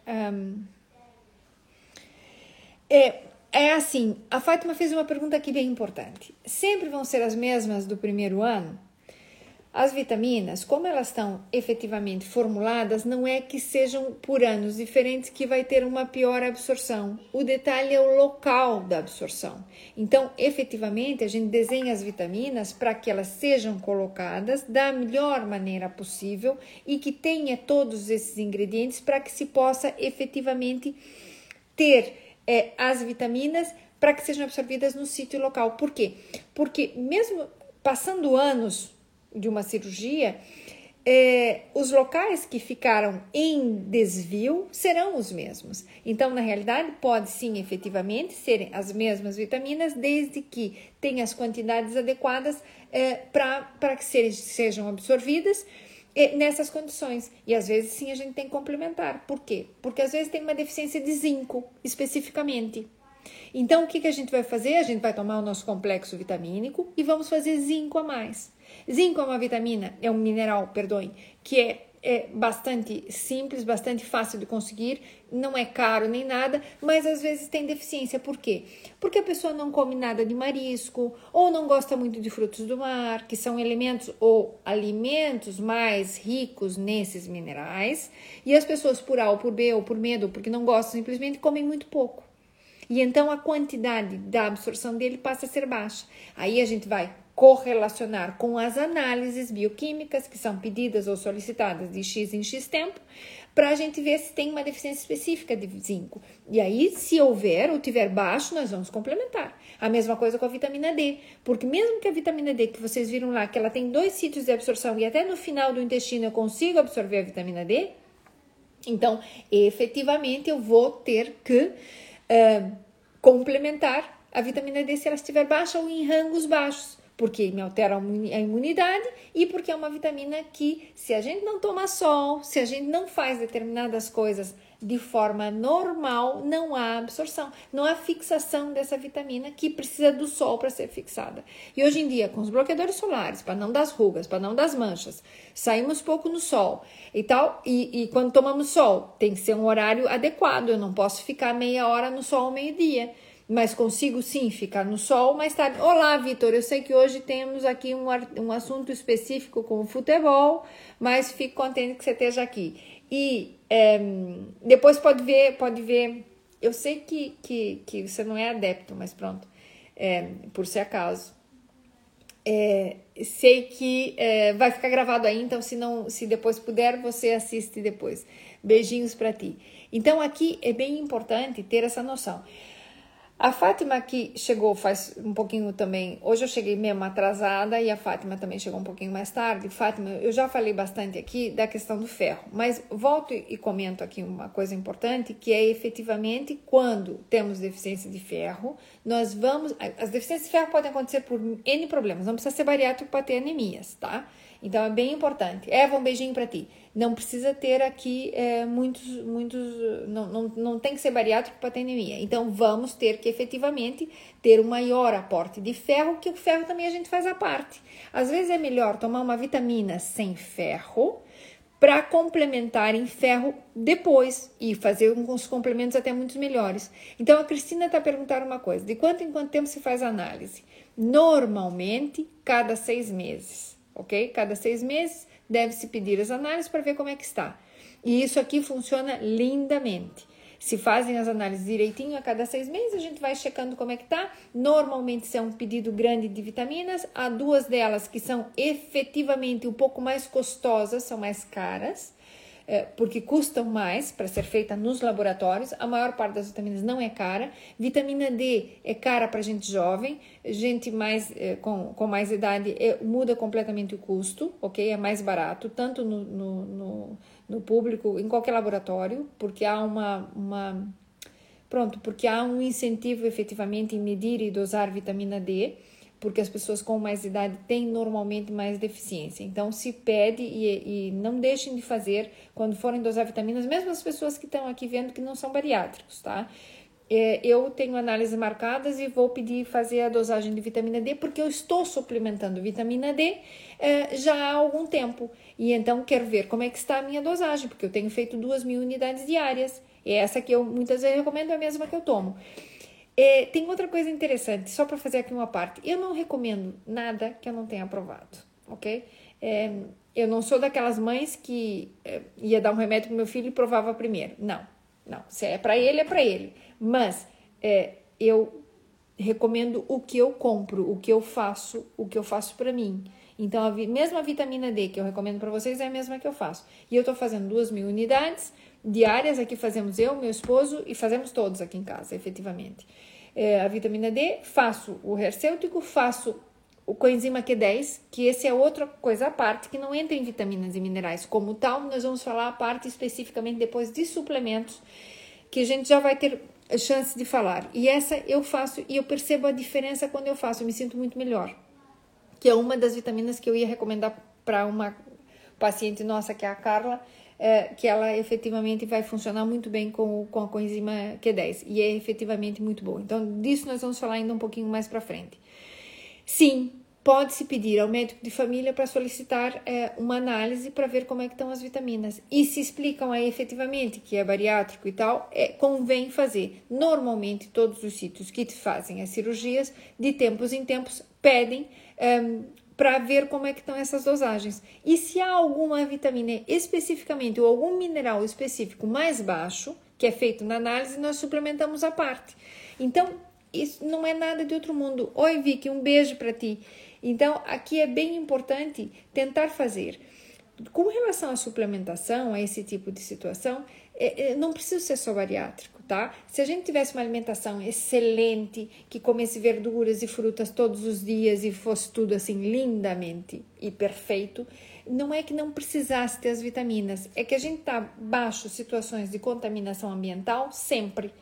É assim, a Fátima fez uma pergunta aqui bem importante. Sempre vão ser as mesmas do primeiro ano? As vitaminas, como elas estão efetivamente formuladas, não é que sejam por anos diferentes que vai ter uma pior absorção. O detalhe é o local da absorção. Então, efetivamente, a gente desenha as vitaminas para que elas sejam colocadas da melhor maneira possível e que tenha todos esses ingredientes para que se possa efetivamente ter as vitaminas para que sejam absorvidas no sítio local. Por quê? Porque mesmo passando anos de uma cirurgia, os locais que ficaram em desvio serão os mesmos. Então, na realidade, pode sim, efetivamente, serem as mesmas vitaminas, desde que tenha as quantidades adequadas para que sejam absorvidas nessas condições. E às vezes sim a gente tem que complementar. Por quê? Porque às vezes tem uma deficiência de zinco, especificamente. Então, o que a gente vai fazer? A gente vai tomar o nosso complexo vitamínico e vamos fazer zinco a mais. Zinco é uma vitamina, é um mineral, perdoem, que é bastante simples, bastante fácil de conseguir, não é caro nem nada, mas às vezes tem deficiência. Por quê? Porque a pessoa não come nada de marisco, ou não gosta muito de frutos do mar, que são elementos ou alimentos mais ricos nesses minerais, e as pessoas por A ou por B ou por medo, ou porque não gostam, simplesmente comem muito pouco. E então a quantidade da absorção dele passa a ser baixa. Aí a gente vai correlacionar com as análises bioquímicas que são pedidas ou solicitadas de X em X tempo, para a gente ver se tem uma deficiência específica de zinco. E aí, se houver ou tiver baixo, nós vamos complementar. A mesma coisa com a vitamina D, porque mesmo que a vitamina D, que vocês viram lá, que ela tem 2 sítios de absorção e até no final do intestino eu consigo absorver a vitamina D, então, efetivamente, eu vou ter que complementar a vitamina D se ela estiver baixa ou em rangos baixos, porque me altera a imunidade e porque é uma vitamina que, se a gente não toma sol, se a gente não faz determinadas coisas de forma normal, não há absorção, não há fixação dessa vitamina que precisa do sol para ser fixada. E hoje em dia, com os bloqueadores solares, para não dar as rugas, para não dar as manchas, saímos pouco no sol e tal, e quando tomamos sol, tem que ser um horário adequado, eu não posso ficar meia hora no sol ao meio-dia, mas consigo sim ficar no sol mais tarde. Olá, Vitor, eu sei que hoje temos aqui um assunto específico com o futebol, mas fico contente que você esteja aqui. E depois pode ver, eu sei que você não é adepto, mas pronto, por se acaso. Sei que vai ficar gravado aí, então se depois puder, você assiste depois. Beijinhos para ti. Então aqui é bem importante ter essa noção. A Fátima aqui chegou faz um pouquinho também, hoje eu cheguei mesmo atrasada e a Fátima também chegou um pouquinho mais tarde. Fátima, eu já falei bastante aqui da questão do ferro, mas volto e comento aqui uma coisa importante, que é efetivamente quando temos deficiência de ferro, as deficiências de ferro podem acontecer por N problemas, não precisa ser bariátrico para ter anemias, tá? Então é bem importante. Eva, um beijinho para ti. Não precisa ter aqui não tem que ser bariátrico para ter anemia. Então vamos ter que efetivamente ter um maior aporte de ferro, que o ferro também a gente faz à parte. Às vezes é melhor tomar uma vitamina sem ferro para complementar em ferro depois e fazer uns complementos até muito melhores. Então a Cristina está perguntando uma coisa: de quanto em quanto tempo se faz análise? Normalmente cada 6 meses. Ok? Cada 6 meses deve-se pedir as análises para ver como é que está. E isso aqui funciona lindamente. Se fazem as análises direitinho a cada 6 meses, a gente vai checando como é que está. Normalmente, se é um pedido grande de vitaminas, há 2 delas que são efetivamente um pouco mais custosas, são mais caras. porque custam mais para ser feita nos laboratórios. A maior parte das vitaminas não é cara. Vitamina D é cara para gente jovem, gente mais com mais idade muda completamente o custo, ok? É mais barato, tanto no público, em qualquer laboratório, porque há porque há um incentivo efetivamente em medir e dosar vitamina D, porque as pessoas com mais idade têm normalmente mais deficiência. Então, se pede e não deixem de fazer quando forem dosar vitaminas, mesmo as pessoas que estão aqui vendo que não são bariátricos, tá? Eu tenho análises marcadas e vou pedir fazer a dosagem de vitamina D, porque eu estou suplementando vitamina D já há algum tempo. E então, quero ver como é que está a minha dosagem, porque eu tenho feito 2.000 unidades diárias. E essa que eu muitas vezes recomendo é a mesma que eu tomo. Tem outra coisa interessante, só para fazer aqui uma parte. Eu não recomendo nada que eu não tenha provado, ok? Eu não sou daquelas mães que ia dar um remédio para meu filho e provava primeiro. Não. Se é para ele, é para ele. Mas eu recomendo o que eu compro, o que eu faço para mim. Então, a mesma vitamina D que eu recomendo para vocês é a mesma que eu faço. E eu estou fazendo 2.000 unidades diárias, aqui fazemos eu, meu esposo e fazemos todos aqui em casa, efetivamente. A vitamina D, faço o hercêutico, faço o coenzima Q10, que esse é outra coisa à parte, que não entra em vitaminas e minerais como tal. Nós vamos falar a parte especificamente depois de suplementos, que a gente já vai ter chance de falar. E essa eu faço e eu percebo a diferença quando eu faço, eu me sinto muito melhor. Que é uma das vitaminas que eu ia recomendar para uma paciente nossa, que é a Carla, que ela efetivamente vai funcionar muito bem com a coenzima Q10 e é efetivamente muito boa. Então, disso nós vamos falar ainda um pouquinho mais para frente. Sim, pode-se pedir ao médico de família para solicitar uma análise para ver como é que estão as vitaminas. E se explicam aí efetivamente que é bariátrico e tal, convém fazer. Normalmente, todos os sítios que fazem as cirurgias, de tempos em tempos, pedem para ver como é que estão essas dosagens. E se há alguma vitamina especificamente ou algum mineral específico mais baixo, que é feito na análise, nós suplementamos a parte. Então, isso não é nada de outro mundo. Oi, Vicky, um beijo para ti. Então, aqui é bem importante tentar fazer. Com relação à suplementação, a esse tipo de situação, não precisa ser só bariátrico, tá? Se a gente tivesse uma alimentação excelente, que comesse verduras e frutas todos os dias e fosse tudo assim lindamente e perfeito, não é que não precisasse ter as vitaminas, é que a gente tá baixo situações de contaminação ambiental sempre.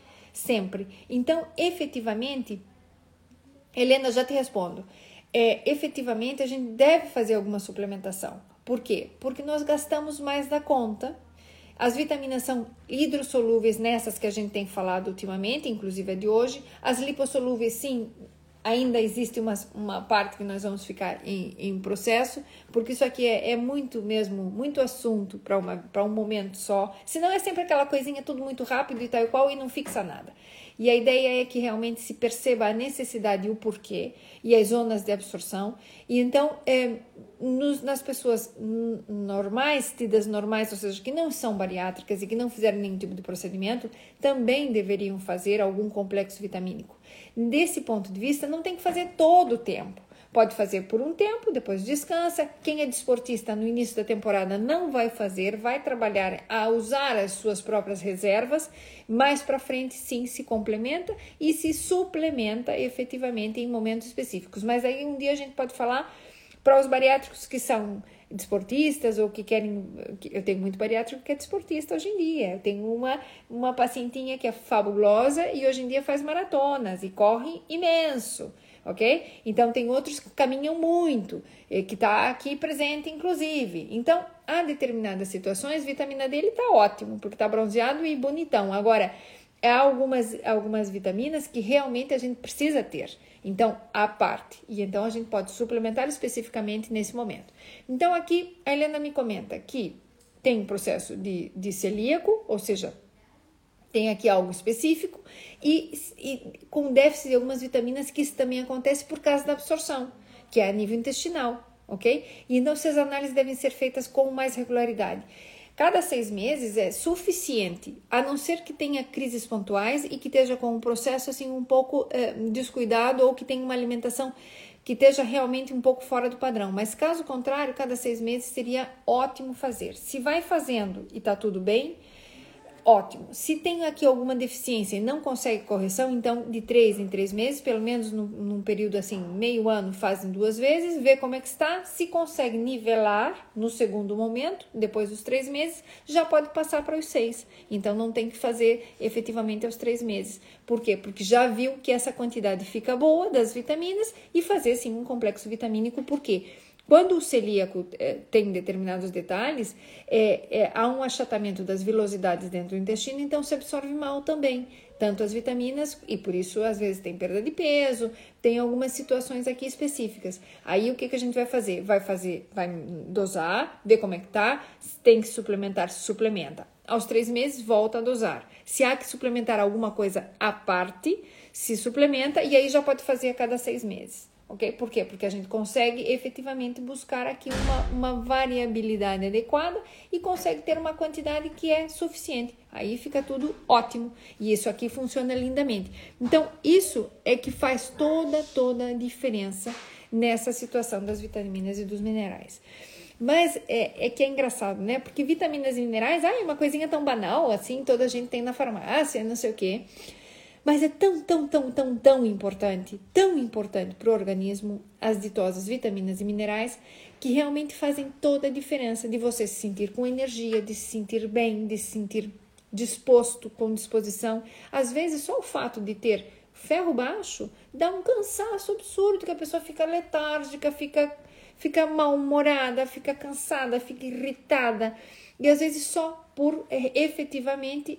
Então, efetivamente, Helena, já te respondo. Efetivamente, a gente deve fazer alguma suplementação. Por quê? Porque nós gastamos mais da conta. As vitaminas são hidrossolúveis nessas que a gente tem falado ultimamente, inclusive a de hoje. As lipossolúveis, sim, ainda existe uma parte que nós vamos ficar em processo, porque isso aqui é muito assunto para um momento só. Senão é sempre aquela coisinha tudo muito rápido e tal e qual e não fixa nada. E a ideia é que realmente se perceba a necessidade e o porquê e as zonas de absorção. E então, nas pessoas normais, tidas normais, ou seja, que não são bariátricas e que não fizeram nenhum tipo de procedimento, também deveriam fazer algum complexo vitamínico. Desse ponto de vista, não tem que fazer todo o tempo. Pode fazer por um tempo, depois descansa. Quem é desportista no início da temporada não vai fazer, vai trabalhar a usar as suas próprias reservas. Mais para frente, sim, se complementa e se suplementa efetivamente em momentos específicos. Mas aí um dia a gente pode falar para os bariátricos que são desportistas ou que querem... Eu tenho muito bariátrico que é desportista hoje em dia. Eu tenho uma pacientinha que é fabulosa e hoje em dia faz maratonas e corre imenso. Ok? Então, tem outros que caminham muito, que está aqui presente, inclusive. Então, há determinadas situações, vitamina D ele está ótimo, porque está bronzeado e bonitão. Agora, há algumas vitaminas que realmente a gente precisa ter. Então, à parte. E então, a gente pode suplementar especificamente nesse momento. Então, aqui, a Helena me comenta que tem um processo de celíaco, ou seja, tem aqui algo específico e com déficit de algumas vitaminas, que isso também acontece por causa da absorção, que é a nível intestinal, ok? E então, essas análises devem ser feitas com mais regularidade. Cada 6 meses é suficiente, a não ser que tenha crises pontuais e que esteja com um processo assim um pouco descuidado ou que tenha uma alimentação que esteja realmente um pouco fora do padrão. Mas caso contrário, cada 6 meses seria ótimo fazer. Se vai fazendo e tá tudo bem, ótimo. Se tem aqui alguma deficiência e não consegue correção, então de 3 em 3 meses, pelo menos num período assim, meio ano, fazem 2 vezes, vê como é que está. Se consegue nivelar no segundo momento, depois dos 3 meses, já pode passar para os 6. Então não tem que fazer efetivamente aos 3 meses. Por quê? Porque já viu que essa quantidade fica boa das vitaminas e fazer sim um complexo vitamínico. Por quê? Quando o celíaco tem determinados detalhes, há um achatamento das vilosidades dentro do intestino, então se absorve mal também, tanto as vitaminas, e por isso às vezes tem perda de peso, tem algumas situações aqui específicas. Aí o que a gente vai fazer? Vai dosar, ver como é que tá, se tem que suplementar, se suplementa. Aos 3 meses, volta a dosar. Se há que suplementar alguma coisa à parte, se suplementa e aí já pode fazer a cada 6 meses. Ok? Por quê? Porque a gente consegue efetivamente buscar aqui uma variabilidade adequada e consegue ter uma quantidade que é suficiente. Aí fica tudo ótimo. E isso aqui funciona lindamente. Então, isso é que faz toda a diferença nessa situação das vitaminas e dos minerais. Mas que é engraçado, né? Porque vitaminas e minerais, é uma coisinha tão banal, assim, toda a gente tem na farmácia, não sei o quê. Mas é tão importante para o organismo as ditosas vitaminas e minerais que realmente fazem toda a diferença de você se sentir com energia, de se sentir bem, de se sentir disposto, com disposição. Às vezes só o fato de ter ferro baixo dá um cansaço absurdo, que a pessoa fica letárgica, fica mal-humorada, fica cansada, fica irritada. E às vezes só por efetivamente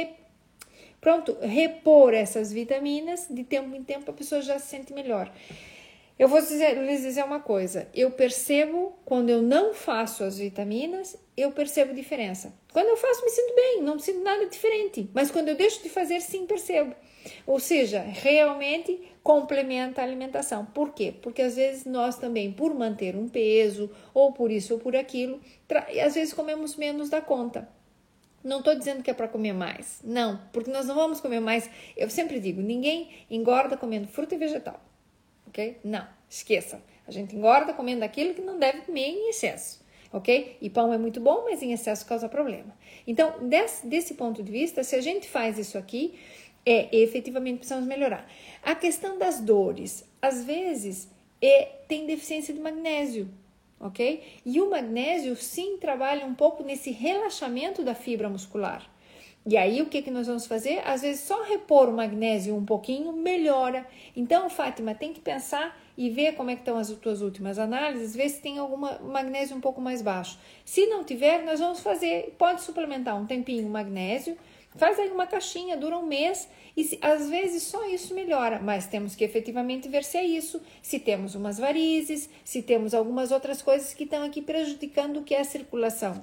repor essas vitaminas, de tempo em tempo a pessoa já se sente melhor. Eu vou lhes dizer uma coisa, eu percebo, quando eu não faço as vitaminas, eu percebo diferença. Quando eu faço, me sinto bem, não me sinto nada diferente, mas quando eu deixo de fazer, sim, percebo. Ou seja, realmente complementa a alimentação. Por quê? Porque às vezes nós também, por manter um peso, ou por isso ou por aquilo, às vezes comemos menos da conta. Não estou dizendo que é para comer mais, não, porque nós não vamos comer mais. Eu sempre digo, ninguém engorda comendo fruta e vegetal, ok? Não, esqueça. A gente engorda comendo aquilo que não deve comer em excesso, ok? E pão é muito bom, mas em excesso causa problema. Então, desse ponto de vista, se a gente faz isso aqui, efetivamente precisamos melhorar. A questão das dores, às vezes, tem deficiência de magnésio. Ok? E o magnésio sim trabalha um pouco nesse relaxamento da fibra muscular. E aí o que nós vamos fazer? Às vezes só repor o magnésio um pouquinho melhora. Então, Fátima, tem que pensar e ver como é que estão as tuas últimas análises, ver se tem alguma magnésio um pouco mais baixo. Se não tiver, nós vamos fazer, pode suplementar um tempinho o magnésio, faz aí uma caixinha, dura um mês e às vezes só isso melhora, mas temos que efetivamente ver se é isso, se temos umas varizes, se temos algumas outras coisas que estão aqui prejudicando o que é a circulação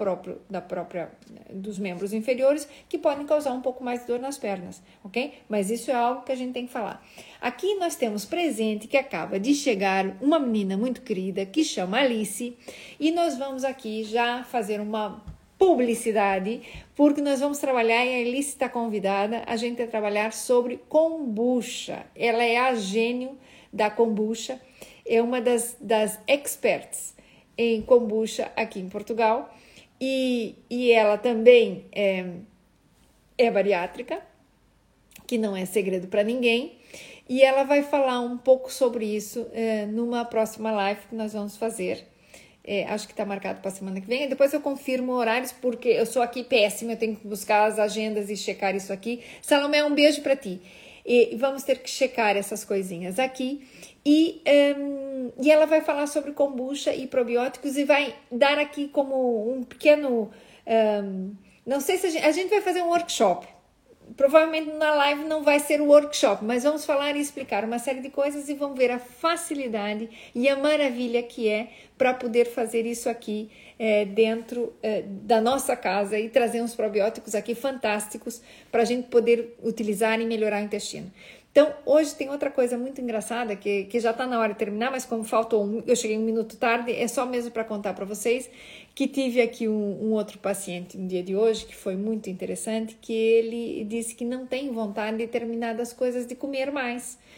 dos membros inferiores, que podem causar um pouco mais de dor nas pernas, ok? Mas isso é algo que a gente tem que falar. Aqui nós temos presente que acaba de chegar uma menina muito querida que chama Alice e nós vamos aqui já fazer uma publicidade, porque nós vamos trabalhar, e a Alice está convidada, a gente vai trabalhar sobre kombucha. Ela é a gênio da kombucha, é uma das experts em kombucha aqui em Portugal, e ela também é bariátrica, que não é segredo para ninguém, e ela vai falar um pouco sobre isso numa próxima live que nós vamos fazer. Acho que está marcado para a semana que vem. Depois eu confirmo horários, porque eu sou aqui péssima, eu tenho que buscar as agendas e checar isso aqui. Salomé, um beijo para ti. E vamos ter que checar essas coisinhas aqui. E ela vai falar sobre kombucha e probióticos e vai dar aqui como um pequeno... não sei se a gente vai fazer um workshop. Provavelmente na live não vai ser o workshop, mas vamos falar e explicar uma série de coisas e vamos ver a facilidade e a maravilha que é para poder fazer isso aqui dentro da nossa casa e trazer uns probióticos aqui fantásticos para a gente poder utilizar e melhorar o intestino. Então, hoje tem outra coisa muito engraçada que já está na hora de terminar, mas como faltou eu cheguei um minuto tarde, é só mesmo para contar para vocês que tive aqui um outro paciente no dia de hoje, que foi muito interessante, que ele disse que não tem vontade de determinadas coisas de comer mais.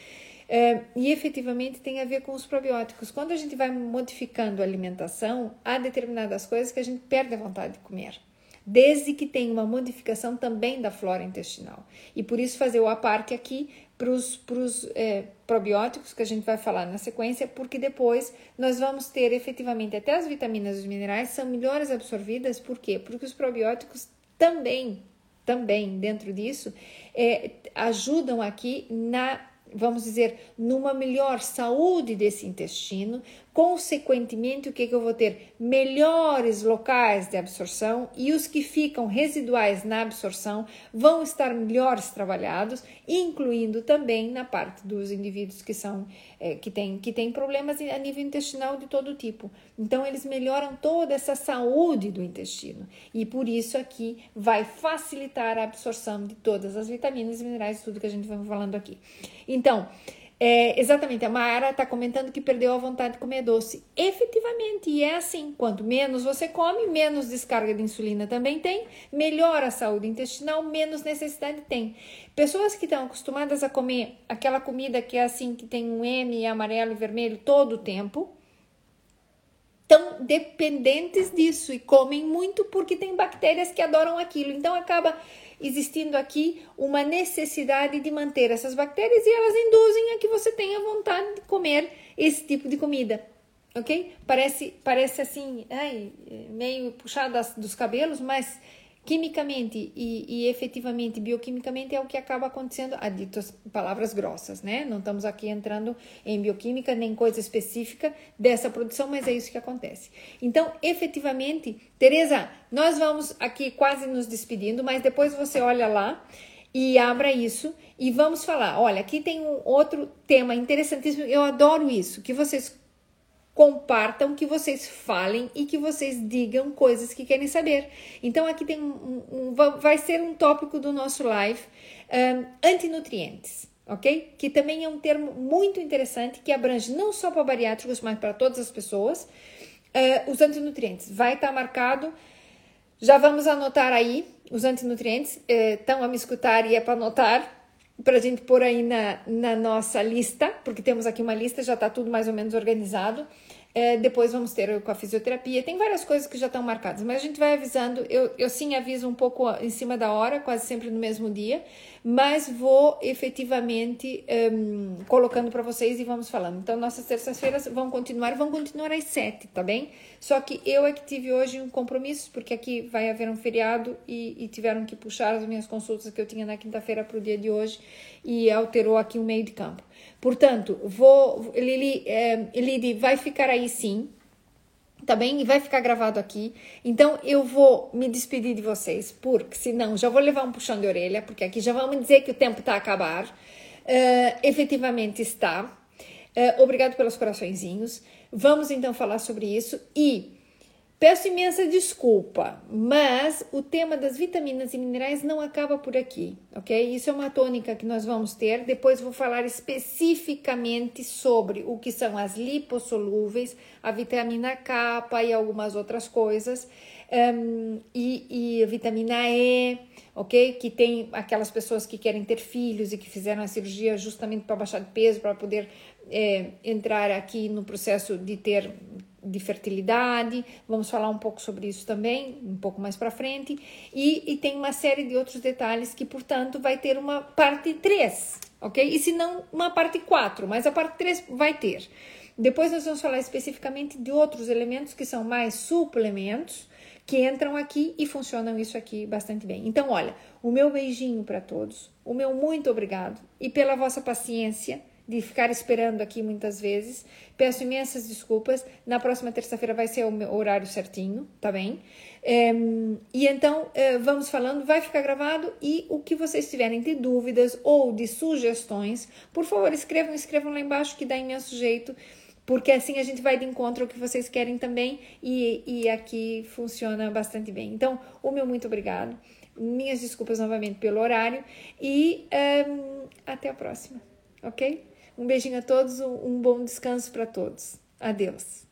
E efetivamente tem a ver com os probióticos. Quando a gente vai modificando a alimentação, há determinadas coisas que a gente perde a vontade de comer, desde que tenha uma modificação também da flora intestinal. E por isso fazer o à parte aqui para os probióticos, que a gente vai falar na sequência, porque depois nós vamos ter efetivamente até as vitaminas e os minerais são melhores absorvidas. Por quê? Porque os probióticos também dentro disso, ajudam aqui vamos dizer, numa melhor saúde desse intestino. Consequentemente, o que eu vou ter? Melhores locais de absorção, e os que ficam residuais na absorção vão estar melhores trabalhados, incluindo também na parte dos indivíduos que têm problemas a nível intestinal de todo tipo. Então, eles melhoram toda essa saúde do intestino, e por isso aqui vai facilitar a absorção de todas as vitaminas e minerais, tudo que a gente vai falando aqui. Então, exatamente, a Mayara está comentando que perdeu a vontade de comer doce. Efetivamente, e é assim, quanto menos você come, menos descarga de insulina também tem, melhor a saúde intestinal, menos necessidade tem. Pessoas que estão acostumadas a comer aquela comida que é assim, que tem um M amarelo e vermelho todo o tempo, estão dependentes disso e comem muito porque tem bactérias que adoram aquilo. Então, acaba existindo aqui uma necessidade de manter essas bactérias e elas induzem a que você tenha vontade de comer esse tipo de comida, ok? Parece assim, meio puxado dos cabelos, mas quimicamente e efetivamente, bioquimicamente, é o que acaba acontecendo, dito as palavras grossas, né? Não estamos aqui entrando em bioquímica, nem coisa específica dessa produção, mas é isso que acontece. Então, efetivamente, Tereza, nós vamos aqui quase nos despedindo, mas depois você olha lá e abra isso e vamos falar. Olha, aqui tem um outro tema interessantíssimo, eu adoro isso, que vocês compartam, que vocês falem e que vocês digam coisas que querem saber. Então, aqui tem vai ser um tópico do nosso live, antinutrientes, ok? Que também é um termo muito interessante, que abrange não só para bariátricos, mas para todas as pessoas. Os antinutrientes, vai estar marcado, já vamos anotar aí, os antinutrientes, estão a me escutar e é para anotar, para a gente pôr aí na nossa lista, porque temos aqui uma lista, já está tudo mais ou menos organizado. Depois vamos ter com a fisioterapia, tem várias coisas que já estão marcadas, mas a gente vai avisando, eu sim aviso um pouco em cima da hora, quase sempre no mesmo dia, mas vou efetivamente colocando para vocês e vamos falando. Então, nossas terças-feiras vão continuar às 7, tá bem? Só que eu é que tive hoje um compromisso, porque aqui vai haver um feriado e tiveram que puxar as minhas consultas que eu tinha na quinta-feira para o dia de hoje e alterou aqui o meio de campo. Portanto, Lili, vai ficar aí sim, tá bem? E vai ficar gravado aqui. Então, eu vou me despedir de vocês, porque senão já vou levar um puxão de orelha, porque aqui já vamos dizer que o tempo está a acabar. Efetivamente está. Obrigado pelos coraçõezinhos. Vamos então falar sobre isso e peço imensa desculpa, mas o tema das vitaminas e minerais não acaba por aqui, ok? Isso é uma tônica que nós vamos ter. Depois vou falar especificamente sobre o que são as lipossolúveis, a vitamina K e algumas outras coisas, e a vitamina E, ok? Que tem aquelas pessoas que querem ter filhos e que fizeram a cirurgia justamente para baixar de peso, para poder entrar aqui no processo de fertilidade. Vamos falar um pouco sobre isso também, um pouco mais para frente, e tem uma série de outros detalhes que, portanto, vai ter uma parte 3, ok? E se não, uma parte 4, mas a parte 3 vai ter. Depois nós vamos falar especificamente de outros elementos que são mais suplementos, que entram aqui e funcionam isso aqui bastante bem. Então, olha, o meu beijinho para todos, o meu muito obrigado, e pela vossa paciência de ficar esperando aqui muitas vezes. Peço imensas desculpas. Na próxima terça-feira vai ser o meu horário certinho, tá bem? E então, vamos falando, vai ficar gravado, e o que vocês tiverem de dúvidas ou de sugestões, por favor, escrevam lá embaixo, que dá imenso jeito, porque assim a gente vai de encontro ao que vocês querem também, e aqui funciona bastante bem. Então, o meu muito obrigado. Minhas desculpas novamente pelo horário, e até a próxima, ok? Um beijinho a todos, um bom descanso para todos. Adeus.